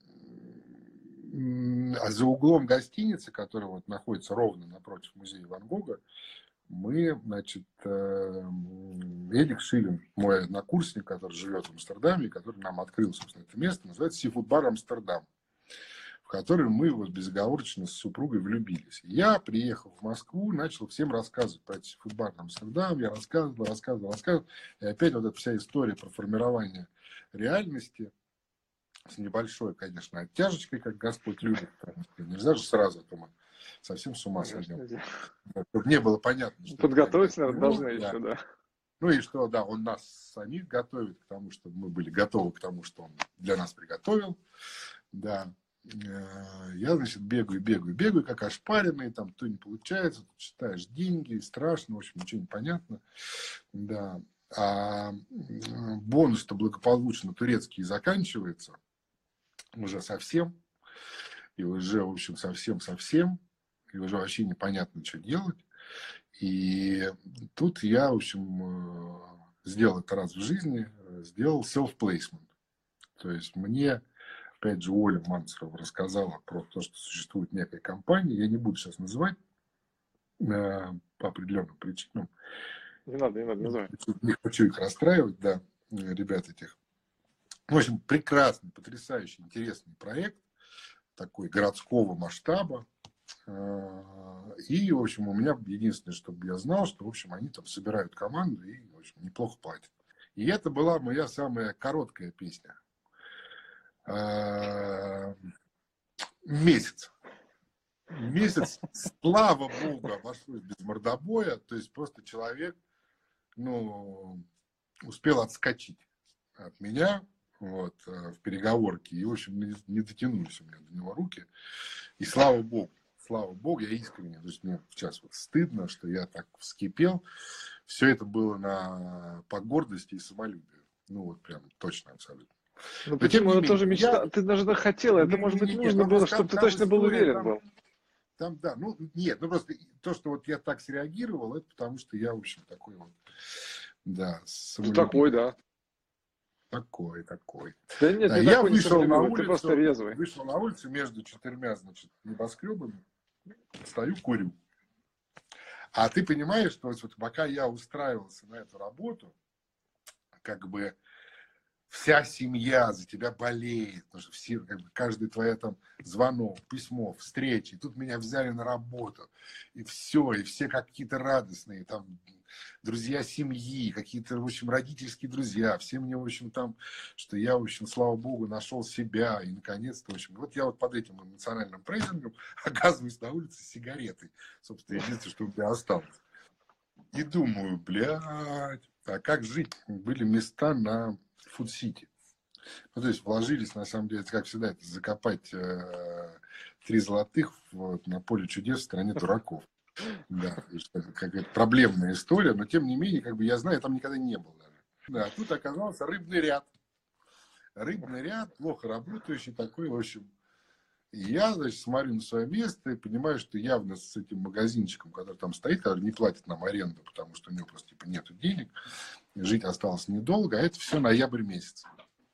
[SPEAKER 2] за углом гостиницы, которая вот находится ровно напротив музея Ван Гога, мы, значит, Эрик Шиллин, мой однокурсник, который живет в Амстердаме, который нам открыл, собственно, это место, называется «Сифуд-бар Амстердам», в который мы вот безоговорочно с супругой влюбились. Я, приехал в Москву, начал всем рассказывать про «Сифуд-бар Амстердам», я рассказывал, рассказывал, рассказывал, и опять вот эта вся история про формирование реальности, с небольшой, конечно, оттяжечкой, как Господь любит, потому что нельзя же сразу, а то мы совсем с ума сойдем. Чтобы не было понятно, что...
[SPEAKER 3] Подготовиться, наверное, должны
[SPEAKER 2] да.
[SPEAKER 3] еще, да.
[SPEAKER 2] Ну и что, да, он нас самих готовит к тому, чтобы мы были готовы к тому, что он для нас приготовил. Да. Я, значит, бегаю, бегаю, бегаю, как ошпаренный, там то не получается, тут считаешь деньги, страшно, в общем, ничего не понятно. Да. А бонус-то благополучно турецкий заканчивается уже совсем, и уже, в общем, совсем-совсем, и уже вообще непонятно, что делать. И тут я, в общем, сделал это раз в жизни, сделал self-placement. То есть мне, опять же, Оля Манцерова рассказала про то, что существует некая компания, я не буду сейчас называть по определенным причинам.
[SPEAKER 3] Не надо, не надо, называй.
[SPEAKER 2] Не хочу их расстраивать, да, ребят этих. В общем, прекрасный, потрясающий, интересный проект, такой городского масштаба. И, в общем, у меня единственное, чтобы я знал, что, в общем, они там собирают команду и, в общем, неплохо платят. И это была моя самая короткая песня. Месяц. Месяц, слава богу, обошлось без мордобоя. То есть просто человек, ну, успел отскочить от меня. Вот, в переговорке. И, в общем, не дотянулись у меня до него руки. И слава богу, слава богу, я искренне, то есть мне сейчас вот стыдно, что я так вскипел. Все это было на, по гордости и самолюбию. Ну, вот прям точно, абсолютно.
[SPEAKER 3] Ну, почему? Это тоже мечта. Я... Ты даже хотела, это, может быть, нужно было, чтобы ты точно был уверен был.
[SPEAKER 2] Там, да, ну, нет, ну, просто то, что вот я так среагировал, это потому что я, в общем, такой вот, да, самолюбивый.
[SPEAKER 3] Такой, да.
[SPEAKER 2] Такой, такой.
[SPEAKER 3] Да нет,
[SPEAKER 2] да,
[SPEAKER 3] не
[SPEAKER 2] я
[SPEAKER 3] такой,
[SPEAKER 2] вышел
[SPEAKER 3] не
[SPEAKER 2] на
[SPEAKER 3] улицу,
[SPEAKER 2] улицу,
[SPEAKER 3] просто резвый.
[SPEAKER 2] Вышел на улицу между четырьмя, значит, небоскребами, стою, курю. А ты понимаешь, что вот пока я устраивался на эту работу, как бы вся семья за тебя болеет, потому что все, как бы, каждый твой там звонок, письмо, встречи, и тут меня взяли на работу, и все, и все какие-то радостные, там, друзья семьи, какие-то, в общем, родительские друзья, все мне, в общем, там, что я, в общем, слава богу, нашел себя, и, наконец-то, в общем, вот я вот под этим эмоциональным прессингом оказываюсь на улице с сигаретой, собственно, единственное, что у меня осталось. И думаю, блядь, а как жить? Были места на Фуд-Сити. Ну, то есть вложились, на самом деле, как всегда, это закопать э, три золотых вот, на поле чудес в стране дураков. Да, это какая-то проблемная история, но тем не менее, как бы я знаю, я там никогда не был даже. Да, тут оказался рыбный ряд. рыбный ряд, плохо работающий такой, в общем. И я, значит, смотрю на свое место и понимаю, что явно с этим магазинчиком, который там стоит, который не платит нам аренду, потому что у него просто типа нету денег, жить осталось недолго, а это все ноябрь месяц.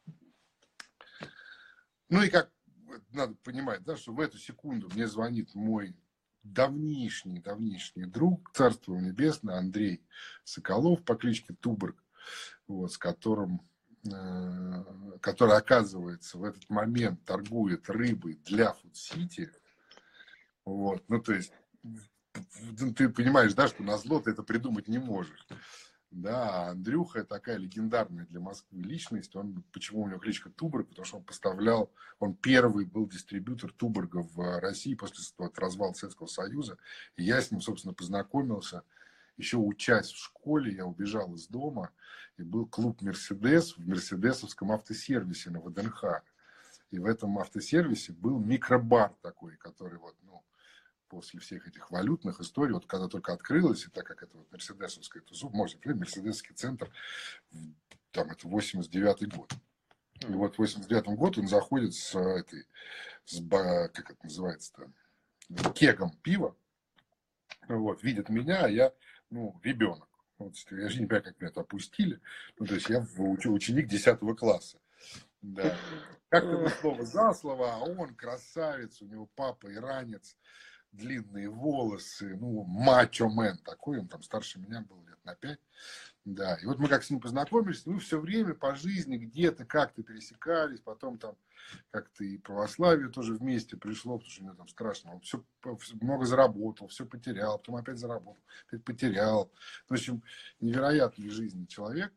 [SPEAKER 2] Ну и как надо понимать, да, что в эту секунду мне звонит мой давнишний, давнишний друг, царство небесное, Андрей Соколов по кличке Туборг, вот, с которым, э, который, оказывается, в этот момент торгует рыбой для Food City. Вот, ну, то есть, ты понимаешь, да, что на зло ты это придумать не можешь. Да, Андрюха такая легендарная для Москвы личность. Он, почему у него кличка Туборг? Потому что он поставлял, он первый был дистрибьютор Туборга в России после вот, развала Советского Союза. И я с ним, собственно, познакомился. Еще учась в школе, я убежал из дома, и был клуб «Мерседес» в мерседесовском автосервисе на ВДНХ. И в этом автосервисе был микробар такой, который вот, ну, после всех этих валютных историй, вот когда только открылось, и так как это вот мерседесовская тусовка, можно сказать, мерседесовский центр, там это восемьдесят девятый год. И вот в восемьдесят девятом году он заходит с этой, с, как это называется-то, кегом пива, вот, видит меня, а я, ну, ребенок. Вот, я же не понимаю, как меня это опустили. Ну, то есть я ученик десятого класса. Да. Как-то мы слово за слово, а он красавец, у него папа иранец, длинные волосы, ну, мачо-мен такой, он там старше меня был лет на пять. Да, и вот мы как с ним познакомились, мы все время по жизни где-то как-то пересекались, потом там как-то и православие тоже вместе пришло, потому что мне там страшно, он все, много заработал, все потерял, потом опять заработал, опять потерял. В общем, невероятный жизни человек.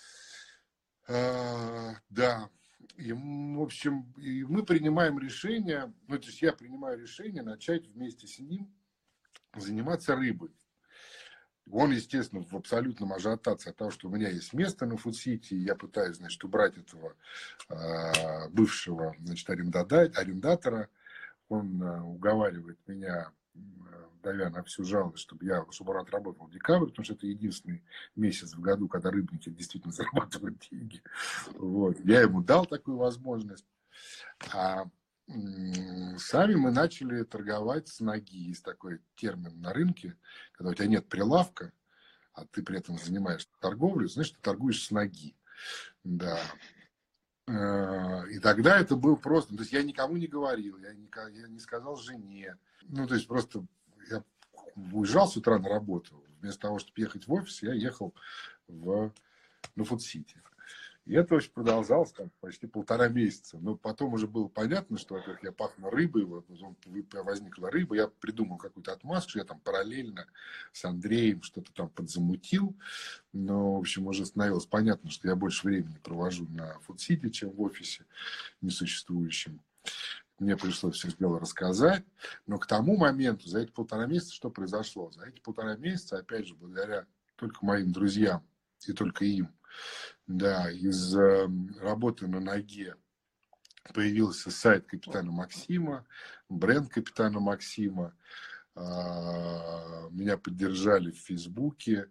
[SPEAKER 2] А, да. И, в общем, и мы принимаем решение, ну, то есть я принимаю решение начать вместе с ним заниматься рыбой. Он, естественно, в абсолютном ажиотации от того, что у меня есть место на Food City, и я пытаюсь, значит, убрать этого э, бывшего, значит, арендатора. Он э, уговаривает меня, э, давя на всю жалость, чтобы я, чтобы он отработал в декабрь, потому что это единственный месяц в году, когда рыбники действительно зарабатывают деньги. Вот. Я ему дал такую возможность. А сами мы начали торговать с ноги. Есть такой термин на рынке, когда у тебя нет прилавка, а ты при этом занимаешься торговлей, значит, ты торгуешь с ноги. Да. И тогда это был просто... То есть я никому не говорил, я не, я не сказал жене. Ну, то есть просто я уезжал с утра на работу. Вместо того, чтобы ехать в офис, я ехал в, на Food City. И это очень продолжалось там, почти полтора месяца. Но потом уже было понятно, что, во-первых, я пахну рыбой, вот, возникла рыба, я придумал какую-то отмазку, что я там параллельно с Андреем что-то там подзамутил. Но, в общем, уже становилось понятно, что я больше времени провожу на Food City, чем в офисе несуществующем. Мне пришлось все это дело рассказать. Но к тому моменту, за эти полтора месяца, что произошло? За эти полтора месяца, опять же, благодаря только моим друзьям и только им, да, из э, работы на ноге появился сайт Капитана Максима, бренд Капитана Максима. Э, меня поддержали в Фейсбуке.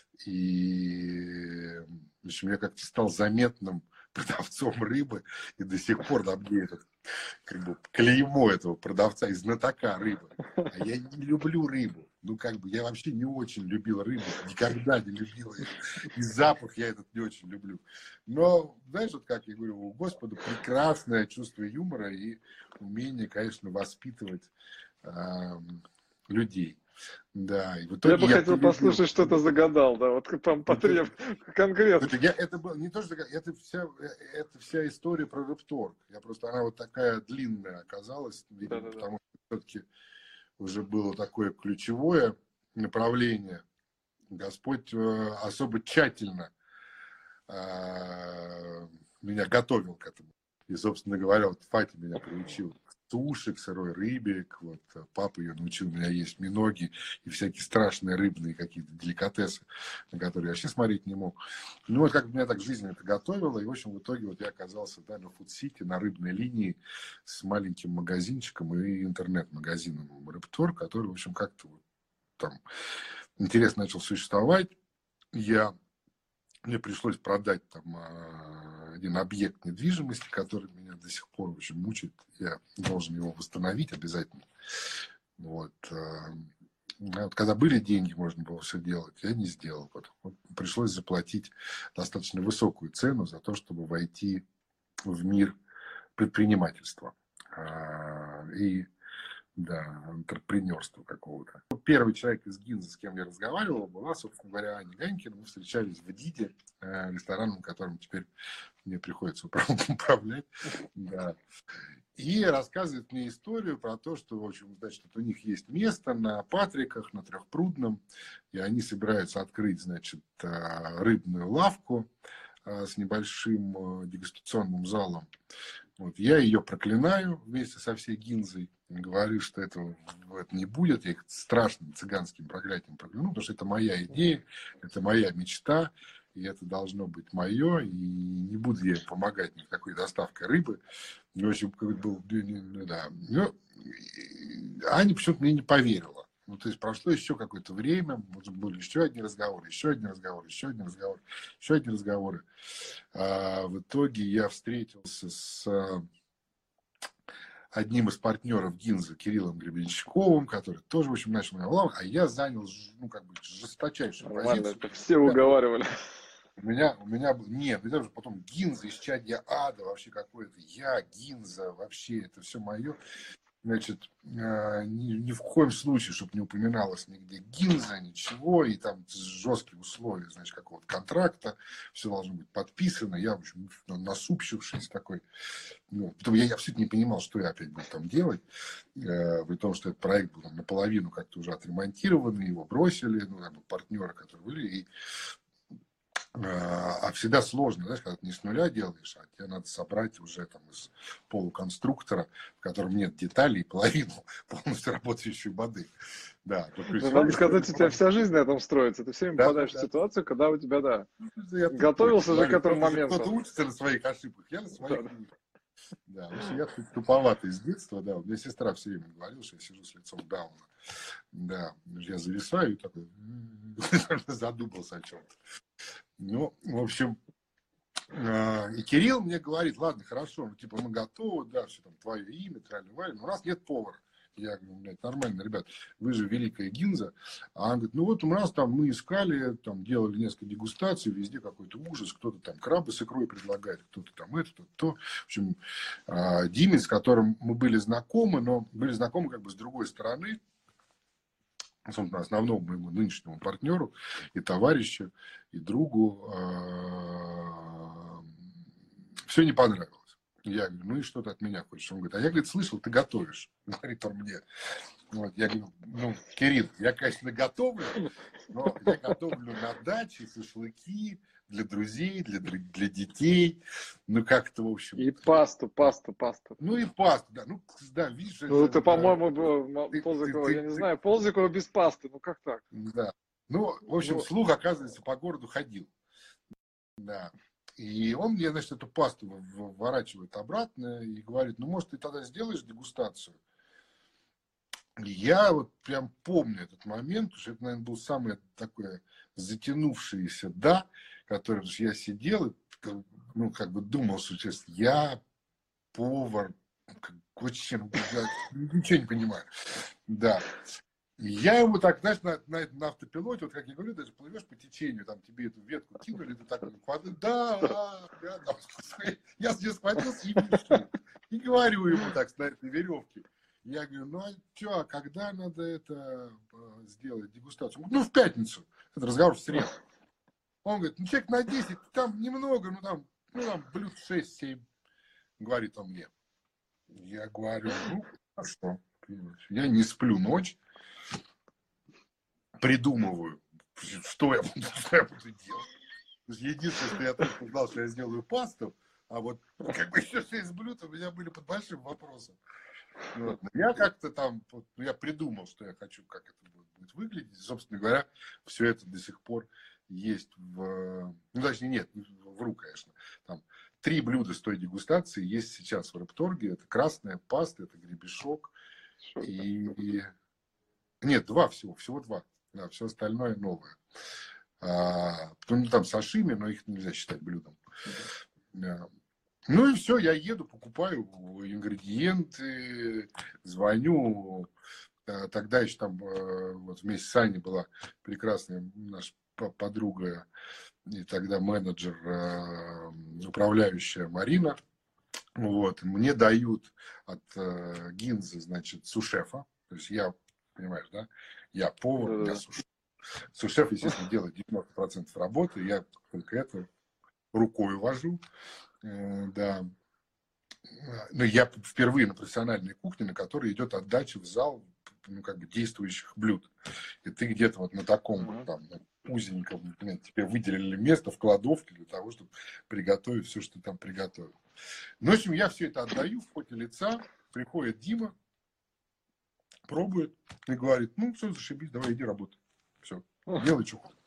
[SPEAKER 2] И, в общем, я как-то стал заметным продавцом рыбы. И до сих пор на мне этот, как бы, клеймо этого продавца и знатока рыбы. А я не люблю рыбу. Ну, как бы, я вообще не очень любил рыбу, никогда не любил ее. И запах я этот не очень люблю. Но, знаешь, вот как я говорю, у Господа прекрасное чувство юмора и умение, конечно, воспитывать э, людей. Да, и в итоге
[SPEAKER 3] я бы
[SPEAKER 2] я
[SPEAKER 3] хотел
[SPEAKER 2] полюбил...
[SPEAKER 3] послушать, что ты загадал, да, вот там потреб конкретно.
[SPEAKER 2] Это, я, это было не то, что это вся, это вся история про рыбторг. Я просто, она вот такая длинная оказалась, видимо, да, да, потому да. что все-таки уже было такое ключевое направление. Господь особо тщательно э, меня готовил к этому. И, собственно говоря, вот Фати меня приучил к суши, к сырой рыбе. К, вот, папа ее научил меня есть миноги и всякие страшные рыбные какие-то деликатесы, на которые я вообще смотреть не мог. Ну, вот как меня так жизнь это готовила. И, в общем, в итоге вот я оказался да, на Food City, на рыбной линии с маленьким магазинчиком и интернет-магазином Рыбторг, который, в общем, как-то вот там интересно начал существовать. Я... Мне пришлось продать там один объект недвижимости, который меня до сих пор очень мучает. Я должен его восстановить обязательно. Вот. Вот когда были деньги, можно было все делать. Я не сделал. Вот пришлось заплатить достаточно высокую цену за то, чтобы войти в мир предпринимательства и, да, предпринимательства какого-то. Первый человек из Гинзы, с кем я разговаривал, была, собственно говоря, Аня Ганькина. Мы встречались в Диде, рестораном, которым теперь мне приходится управлять. Да. И рассказывает мне историю про то, что, в общем, значит, у них есть место на Патриках, на Трехпрудном, и они собираются открыть, значит, рыбную лавку с небольшим дегустационным залом. Вот. Я ее проклинаю вместе со всей Гинзой, говорю, что этого это не будет, я их страшным цыганским проклятием прокляну, потому что это моя идея, это моя мечта, и это должно быть мое, и не буду я помогать никакой доставкой рыбы. В общем, был, да. Но Аня почему-то мне не поверила. Ну, то есть прошло еще какое-то время, были еще одни разговоры, еще одни разговоры, еще одни разговоры, еще одни разговоры. А в итоге я встретился с одним из партнеров Гинзы, Кириллом Гребенщиковым, который тоже, в общем, начал меня лавать, а я занял, ну, как бы, жесточайшую
[SPEAKER 3] Нормально,
[SPEAKER 2] позицию.
[SPEAKER 3] это все уговаривали.
[SPEAKER 2] У меня, у меня был, нет, ну, даже потом Гинза, исчадье ада, вообще какое-то, я, Гинза, вообще, это все мое. Значит, ни, ни в коем случае, чтобы не упоминалось нигде Гинза, ничего, и там жесткие условия, значит, какого-то контракта, все должно быть подписано. Я, в общем, насупщившись такой, ну, потом я абсолютно не понимал, что я опять буду там делать, э, при том, что этот проект был там, наполовину как-то уже отремонтированный, его бросили, ну, там, партнеры, которые были, и А всегда сложно, знаешь, когда ты не с нуля делаешь, а тебе надо собрать уже там из полуконструктора, в котором нет деталей, половину полностью работающую модель. Да,
[SPEAKER 3] надо сказать, у тебя вся жизнь на этом строится. Ты все время
[SPEAKER 2] да,
[SPEAKER 3] попадаешь
[SPEAKER 2] да,
[SPEAKER 3] в ситуацию, когда у тебя, да,
[SPEAKER 2] я
[SPEAKER 3] готовился
[SPEAKER 2] тупой,
[SPEAKER 3] же к этому моменту.
[SPEAKER 2] Кто-то учится на своих ошибках, я на своих.
[SPEAKER 3] Да,
[SPEAKER 2] да. Да, я туповатый с детства, да. У меня сестра все время говорила, что я сижу с лицом Дауна. Да, я зависаю и такой задумался о чем-то. Ну, в общем, и Кирилл мне говорит, ладно, хорошо, ну, типа, мы готовы, да, все там, твое имя, тралли-валли, но у нас нет повара. Я говорю, блядь, нормально, ребят, вы же великая Гинза. А он говорит, ну вот у нас там мы искали, там делали несколько дегустаций, везде какой-то ужас, кто-то там крабы с икрой предлагает, кто-то там это, кто-то то. В общем, Диме, с которым мы были знакомы, но были знакомы как бы с другой стороны, собственно, основному моему нынешнему партнеру и товарищу, и другу, все не понравилось. Я говорю, ну и что ты от меня хочешь? Он говорит, а я, говорит, слышал, ты готовишь. Говорит он мне. Вот, я говорю, ну, Кирилл, я, конечно, готовлю, но я готовлю на даче шашлыки для друзей, для, для детей. Ну, как-то, в общем...
[SPEAKER 3] и пасту, пасту, пасту.
[SPEAKER 2] Ну, и пасту, да. Ну, да, видишь...
[SPEAKER 3] Ну,
[SPEAKER 2] это,
[SPEAKER 3] ты, по-моему,
[SPEAKER 2] ты,
[SPEAKER 3] Ползикова,
[SPEAKER 2] ты,
[SPEAKER 3] я не
[SPEAKER 2] ты,
[SPEAKER 3] знаю, Ползикова без пасты, ну как так?
[SPEAKER 2] Да. Ну, в общем,
[SPEAKER 3] Ну,
[SPEAKER 2] слух, оказывается, по городу ходил. Да. И он мне, значит, эту пасту вворачивает обратно и говорит, ну, может, ты тогда сделаешь дегустацию? И я вот прям помню этот момент, потому что это, наверное, был самое такое затянувшееся «да», которое я сидел и, ну, как бы думал, что, честно, я повар, вообще, ничего не понимаю. Да. Я ему так, знаешь, на, на, на автопилоте, вот как я говорю, даже плывешь по течению, там тебе эту ветку кинули, ты так, да, да, да, да. Я здесь схватился и вышел. И говорю ему так, на этой веревке. Я говорю, ну а что, а когда надо это сделать, дегустацию? Ну, в пятницу. Это разговор в среду. Он говорит, ну, человек на десять, там немного, ну, там, ну, там, блюд шесть-семь, говорит он мне. Я говорю, ну, хорошо. Я не сплю ночь. Придумываю, что я, буду, что я буду делать. Единственное, что я только знал, что я сделаю пасту, а вот как бы еще шесть блюд у меня были под большим вопросом. Вот. Я как-то там, вот, я придумал, что я хочу, как это будет выглядеть. Собственно говоря, все это до сих пор есть в... Ну, точнее, нет, вру, конечно. Там три блюда с той дегустации есть сейчас в Рыбторге. Это красная паста, это гребешок и... и... Нет, два всего, всего два. Да, все остальное новое. А, ну, там сашими, но их нельзя считать блюдом. Да. Ну и все, я еду, покупаю ингредиенты, звоню. Э, Тогда еще там э, вот вместе с Аней была прекрасная наша по- подруга и тогда менеджер, э, управляющая Марина. Вот. Мне дают от э, Гинзы, значит, сушефа. То есть я, понимаешь, да? Я повар, у меня
[SPEAKER 3] Да-да-да.
[SPEAKER 2] сушеф. Сушеф, естественно, делает девяносто процентов работы. Я только это рукой вожу. Э, Да. Ну, я впервые на профессиональной кухне, на которой идет отдача в зал, ну, как бы действующих блюд. И ты где-то вот на таком вот
[SPEAKER 3] Мгм.
[SPEAKER 2] там ну, узеньком, блин, тебе выделили место в кладовке для того, чтобы приготовить все, что ты там приготовил. Ну, в общем, я все это отдаю в поте лица. Приходит Дима, пробует и говорит, ну, все, зашибись, давай иди работай. Все, делай, что хочешь.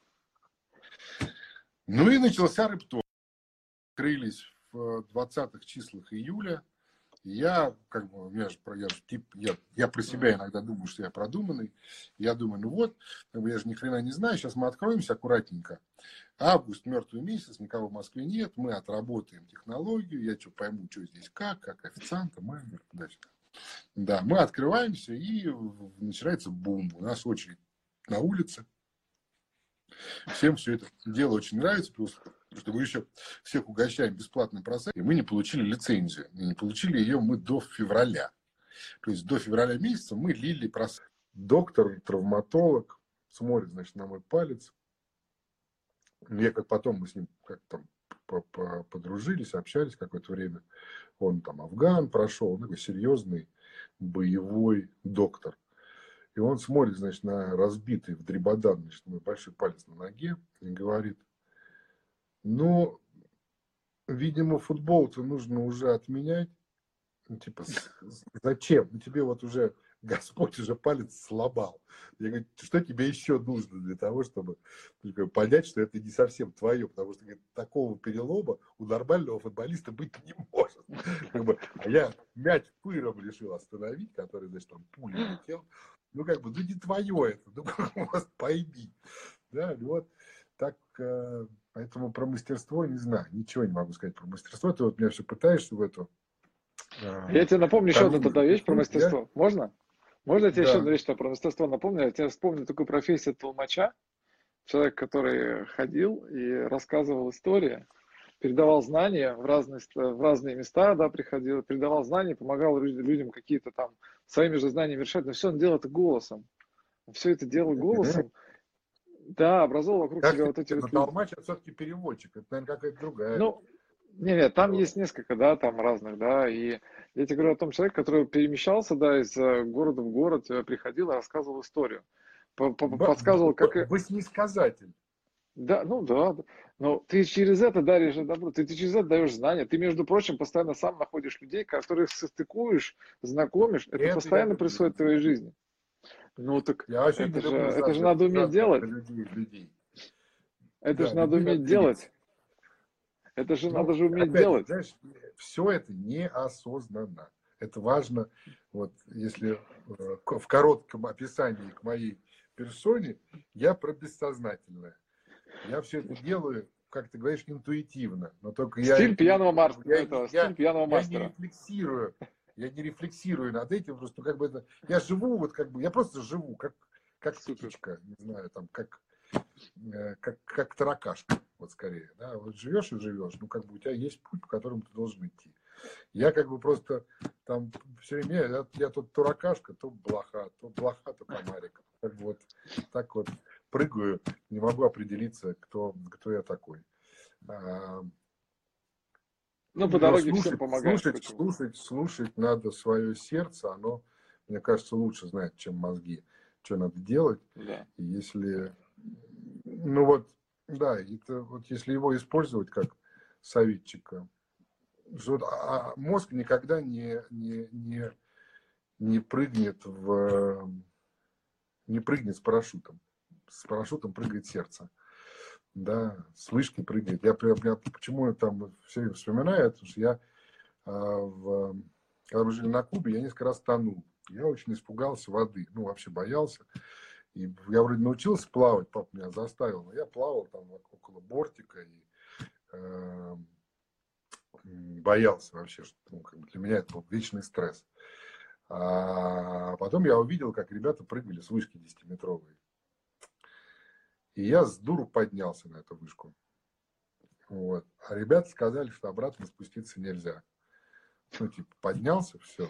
[SPEAKER 2] Ну и начался рэп-тур. Открылись в двадцатых числах июля. Я, как бы, я же, я, же, тип, я, я про себя иногда думаю, что я продуманный. Я думаю, ну вот, как бы я же ни хрена не знаю, сейчас мы откроемся аккуратненько. Август, мертвый месяц, никого в Москве нет, мы отработаем технологию, я что пойму, что здесь как, как официанта, менеджер, дальше. Да, мы открываемся, и начинается бум. У нас очередь на улице. Всем все это дело очень нравится, плюс что мы еще всех угощаем бесплатным просадкой. Мы не получили лицензию. И не получили ее мы до февраля. То есть до февраля месяца мы лили просадку. Доктор, травматолог смотрит, значит, на мой палец. Я как потом мы с ним как там подружились, общались какое-то время. Он там Афган прошел, он такой серьезный боевой доктор. И он смотрит, значит, на разбитый в дребодан, значит, мой большой палец на ноге и говорит, ну, видимо, футбол-то нужно уже отменять. Ну, типа, зачем? Ну, тебе вот уже Господь уже палец сломал. Я говорю, что тебе еще нужно для того, чтобы понять, что это не совсем твое, потому что говорит, такого перелома у нормального футболиста быть не может. Как бы, а я мяч пыром решил остановить, который, значит, там пулей летел. Ну, как бы, ну, не твое это, ну, просто пойми. Да, ну, вот так, поэтому про мастерство не знаю, ничего не могу сказать про мастерство. Ты вот меня все пытаешься в эту
[SPEAKER 3] Я тебе напомню еще одну
[SPEAKER 2] канву
[SPEAKER 3] тогда вещь про
[SPEAKER 2] запихнуть, я...
[SPEAKER 3] мастерство. Можно? Можно я тебе еще
[SPEAKER 2] Да.
[SPEAKER 3] одну вещь про мастерство напомню? Я тебе вспомню такую профессию толмача. Человек, который ходил и рассказывал истории, передавал знания в разные, в разные места, да, приходил, передавал знания, помогал людям какие-то там своими же знаниями решать, но все он делал это голосом. Все это делал голосом. Да, образовал вокруг
[SPEAKER 2] Как
[SPEAKER 3] себя
[SPEAKER 2] ты,
[SPEAKER 3] вот эти
[SPEAKER 2] но
[SPEAKER 3] вот люди.
[SPEAKER 2] толмач это все-таки переводчик, это, наверное, какая-то другая.
[SPEAKER 3] Ну, не, нет, там есть несколько, да, там разных, да, и я тебе говорю о том человеке, который перемещался, да, из города в город, приходил и рассказывал историю, подсказывал, как...
[SPEAKER 2] Восьмисказатель.
[SPEAKER 3] Да, ну да, да. Но ты через это даришь добро, ты, ты через это даешь знания. Ты, между прочим, постоянно сам находишь людей, которых состыкуешь, знакомишь. Это, это постоянно происходит в твоей жизни. Ну так
[SPEAKER 2] я вообще
[SPEAKER 3] это
[SPEAKER 2] не
[SPEAKER 3] же,
[SPEAKER 2] люблю
[SPEAKER 3] это же
[SPEAKER 2] завтра,
[SPEAKER 3] надо уметь делать.
[SPEAKER 2] людей, людей.
[SPEAKER 3] Это
[SPEAKER 2] Да,
[SPEAKER 3] же надо
[SPEAKER 2] людьми
[SPEAKER 3] уметь
[SPEAKER 2] надо
[SPEAKER 3] делать.
[SPEAKER 2] делиться.
[SPEAKER 3] Это же
[SPEAKER 2] Ну,
[SPEAKER 3] надо же уметь
[SPEAKER 2] опять же,
[SPEAKER 3] делать.
[SPEAKER 2] знаешь, все это неосознанно. Это важно, вот если в коротком описании к моей персоне, я про бессознательное. Я все это делаю, как ты говоришь, интуитивно. Но только
[SPEAKER 3] Стиль
[SPEAKER 2] я,
[SPEAKER 3] пьяного мастера.
[SPEAKER 2] я,
[SPEAKER 3] Это
[SPEAKER 2] я,
[SPEAKER 3] стиль пьяного
[SPEAKER 2] я не
[SPEAKER 3] мастера.
[SPEAKER 2] рефлексирую. Я не рефлексирую над этим, просто как бы это. Я живу, вот как бы, я просто живу, как, как птичка, не знаю, там, как, как, как таракашка, вот скорее. Да? Вот живешь и живешь, ну как бы у тебя есть путь, по которому ты должен идти. Я как бы просто там все время, я, я то туракашка, то блоха, то блоха, то комарик. Так вот, так вот прыгаю, не могу определиться, кто, кто я такой. А,
[SPEAKER 3] Ну, по
[SPEAKER 2] но
[SPEAKER 3] дороге всем
[SPEAKER 2] слушать,
[SPEAKER 3] помогаешь.
[SPEAKER 2] слушать,
[SPEAKER 3] Почему?
[SPEAKER 2] слушать, слушать надо свое сердце, оно, мне кажется, лучше знает, чем мозги, что надо делать.
[SPEAKER 3] Да.
[SPEAKER 2] И если, ну вот, да, это вот если его использовать как советчика, что, а мозг никогда не, не, не, не прыгнет в не прыгнет с парашютом. С парашютом прыгает сердце. Да, с вышки прыгает. Я, я почему я там все время вспоминаю, потому что я в, когда мы жили на Кубе, я несколько раз тонул. Я очень испугался воды, ну вообще боялся. И я вроде научился плавать, папа меня заставил, но я плавал там около бортика и э, боялся вообще, что ну, как бы для меня это был вечный стресс. А потом я увидел, как ребята прыгали с вышки десятиметровой. И я с дуру поднялся на эту вышку. Вот. А ребята сказали, что обратно спуститься нельзя. Ну, типа, поднялся, все.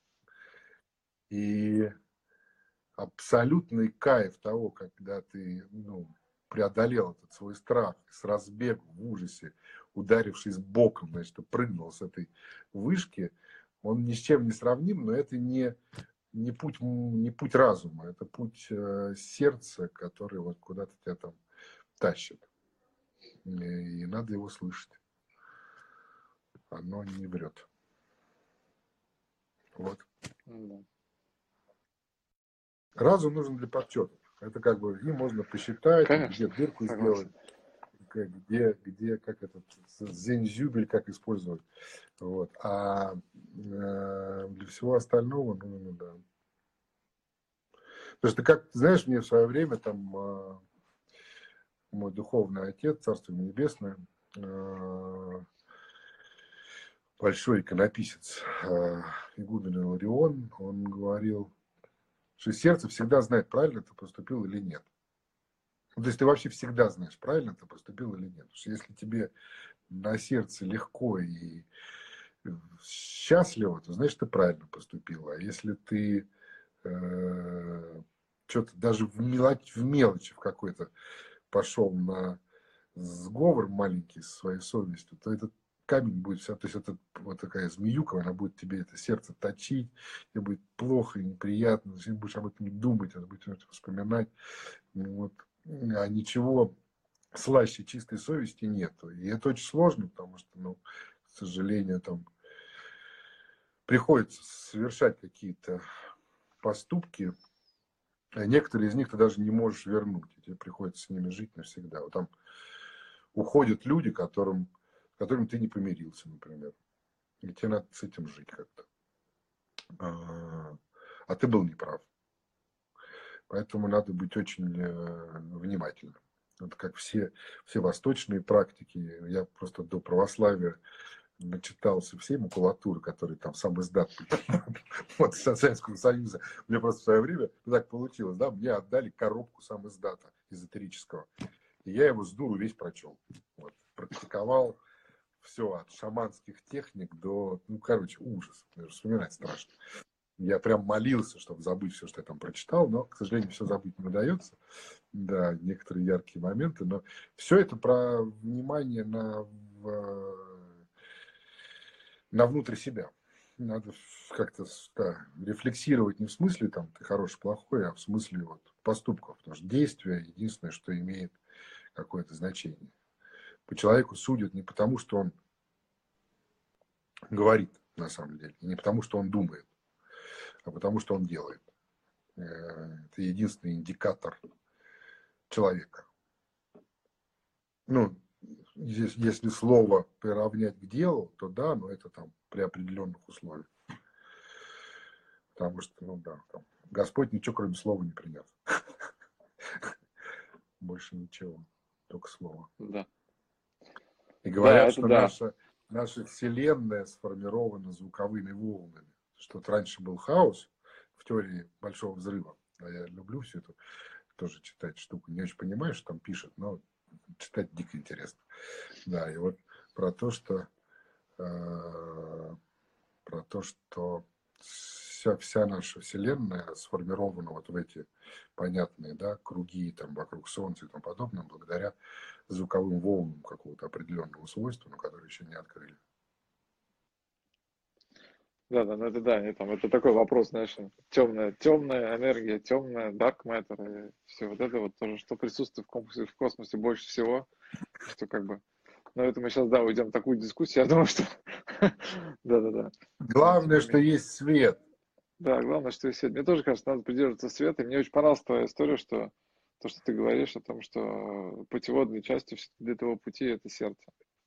[SPEAKER 2] И абсолютный кайф того, когда ты ну, преодолел этот свой страх с разбегу в ужасе, ударившись боком, значит, прыгнул с этой вышки, он ни с чем не сравним, но это не, не, путь, не путь разума, это путь э, сердца, который вот куда-то тебя там тащит. И, и надо его слышать. Оно не врет. Вот.
[SPEAKER 3] Да.
[SPEAKER 2] Разум нужен для подсчетов. Это как бы им можно посчитать,
[SPEAKER 3] Конечно,
[SPEAKER 2] где дырку
[SPEAKER 3] согласен.
[SPEAKER 2] сделать, где, где как этот зензюбель, как использовать. Вот. А э, для всего остального, ну, ну да. Потому что, как знаешь, мне в свое время там э, мой духовный отец, Царство Небесное, э, большой иконописец э, Игумен Иларион, он говорил, что сердце всегда знает, правильно ты поступил или нет. Ну, то есть ты вообще всегда знаешь, правильно ты поступил или нет. Потому что если тебе на сердце легко и счастливо, то значит ты правильно поступил. А если ты э, что-то даже в мелочи, в мелочи в какой-то пошел на сговор маленький со своей совестью, то этот камень будет вся, то есть это вот такая змеюка, она будет тебе это сердце точить, тебе будет плохо и неприятно, ты будешь об этом думать, это будешь вспоминать. Вот. А ничего слаще чистой совести нету. И это очень сложно, потому что, ну, к сожалению, там приходится совершать какие-то поступки, а некоторые из них ты даже не можешь вернуть, и тебе приходится с ними жить навсегда. Вот там уходят люди, которым, с которыми ты не помирился, например. И тебе надо с этим жить как-то. А, а ты был неправ. Поэтому надо быть очень э, внимательным. Это как все, все восточные практики. Я просто до православия начитался всей макулатуры, которая там сам издат вот, Советского Союза. Мне просто в свое время так получилось, да, мне отдали коробку сам издата эзотерического. И я его с дуру весь прочел. Вот, практиковал все от шаманских техник до, ну, короче, ужас. Даже вспоминать страшно. Я прям молился, чтобы забыть все, что я там прочитал, но, к сожалению, все забыть не удается. Да, некоторые яркие моменты, но все это про внимание на, на внутрь себя. Надо как-то да, рефлексировать не в смысле там ты хороший, плохой, а в смысле вот поступков. Потому что действие единственное, что имеет какое-то значение. По человеку судят не потому, что он говорит на самом деле, и не потому, что он думает, а потому, что он делает. Это единственный индикатор человека. Ну, если слово приравнять к делу, то да, но это там при определенных условиях. Потому что, ну да, там, Господь ничего кроме слова не принес. Больше ничего, только слово.
[SPEAKER 3] Да.
[SPEAKER 2] И говорят,
[SPEAKER 3] Да,
[SPEAKER 2] что
[SPEAKER 3] да.
[SPEAKER 2] наша, наша Вселенная сформирована звуковыми волнами. Что вот раньше был хаос в теории Большого Взрыва. А я люблю всю эту тоже читать штуку. Не очень понимаю, что там пишет, но читать дико интересно. Да, и вот про то, что э, про то, что вся, вся наша Вселенная сформирована вот в эти понятные, да, круги там вокруг Солнца и тому подобное, благодаря звуковым волнам какого-то определенного свойства, но которые еще не открыли.
[SPEAKER 3] Да, да, ну это да, и там, это такой вопрос, знаешь, темная, темная энергия, темная, dark matter, и все вот это вот тоже, что присутствует в космосе, в космосе больше всего, что как бы, ну это мы сейчас, да, уйдем в такую дискуссию, я думаю, что, да-да-да.
[SPEAKER 2] Главное, что есть свет.
[SPEAKER 3] Да, главное, что есть свет. Мне тоже кажется, надо придерживаться света, и мне очень понравилась твоя история, что то, что ты говоришь о том, что путеводной частью для этого пути это сердце.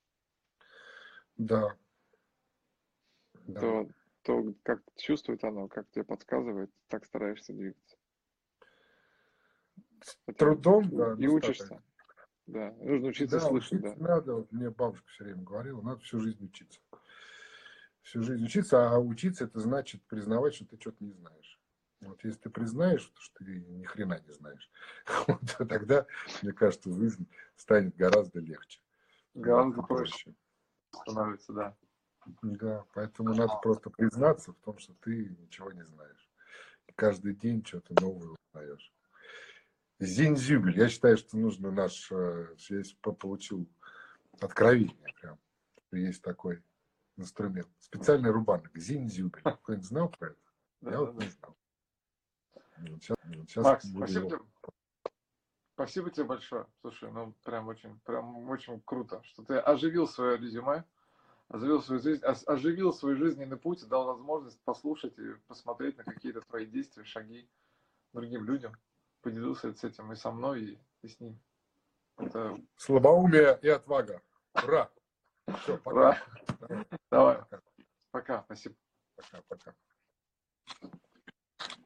[SPEAKER 2] Да. Да.
[SPEAKER 3] То, то, как чувствует оно, как тебе подсказывает, так стараешься двигаться.
[SPEAKER 2] С трудом,
[SPEAKER 3] и,
[SPEAKER 2] да,
[SPEAKER 3] и
[SPEAKER 2] но
[SPEAKER 3] учишься.
[SPEAKER 2] стараюсь.
[SPEAKER 3] Да, нужно учиться
[SPEAKER 2] Да,
[SPEAKER 3] слышать, да.
[SPEAKER 2] учиться надо. Вот мне бабушка все время говорила, надо всю жизнь учиться. Всю жизнь учиться, а учиться это значит признавать, что ты что-то не знаешь. Вот если ты признаешь, что ты ни хрена не знаешь, вот, то тогда, мне кажется, жизнь станет гораздо легче.
[SPEAKER 3] Гораздо проще становится, да.
[SPEAKER 2] Да, поэтому надо просто признаться в том, что ты ничего не знаешь. И каждый день что-то новое узнаешь. Зинзюбель. Я считаю, что нужно наш... э, Я получил откровение прям. Что есть такой инструмент. Специальный рубанок. Зинзюбель. Кто-нибудь знал про это?
[SPEAKER 3] Да,
[SPEAKER 2] Я
[SPEAKER 3] да,
[SPEAKER 2] вот
[SPEAKER 3] да.
[SPEAKER 2] не знал. Вот Сейчас, вот сейчас
[SPEAKER 3] Макс,
[SPEAKER 2] буду
[SPEAKER 3] спасибо
[SPEAKER 2] его...
[SPEAKER 3] тебе, спасибо тебе большое. Слушай, ну прям очень, прям очень круто, что ты оживил свое резюме, оживил свою жизнь, ос- оживил свой жизненный путь и дал возможность послушать и посмотреть на какие-то твои действия, шаги другим людям. Поделился с этим и со мной, и, и с ним. Это
[SPEAKER 2] Слабоумие и отвага. Ура! Все, пока.
[SPEAKER 3] ура.
[SPEAKER 2] Давай,
[SPEAKER 3] Давай,
[SPEAKER 2] пока.
[SPEAKER 3] пока, спасибо.
[SPEAKER 2] Пока, пока.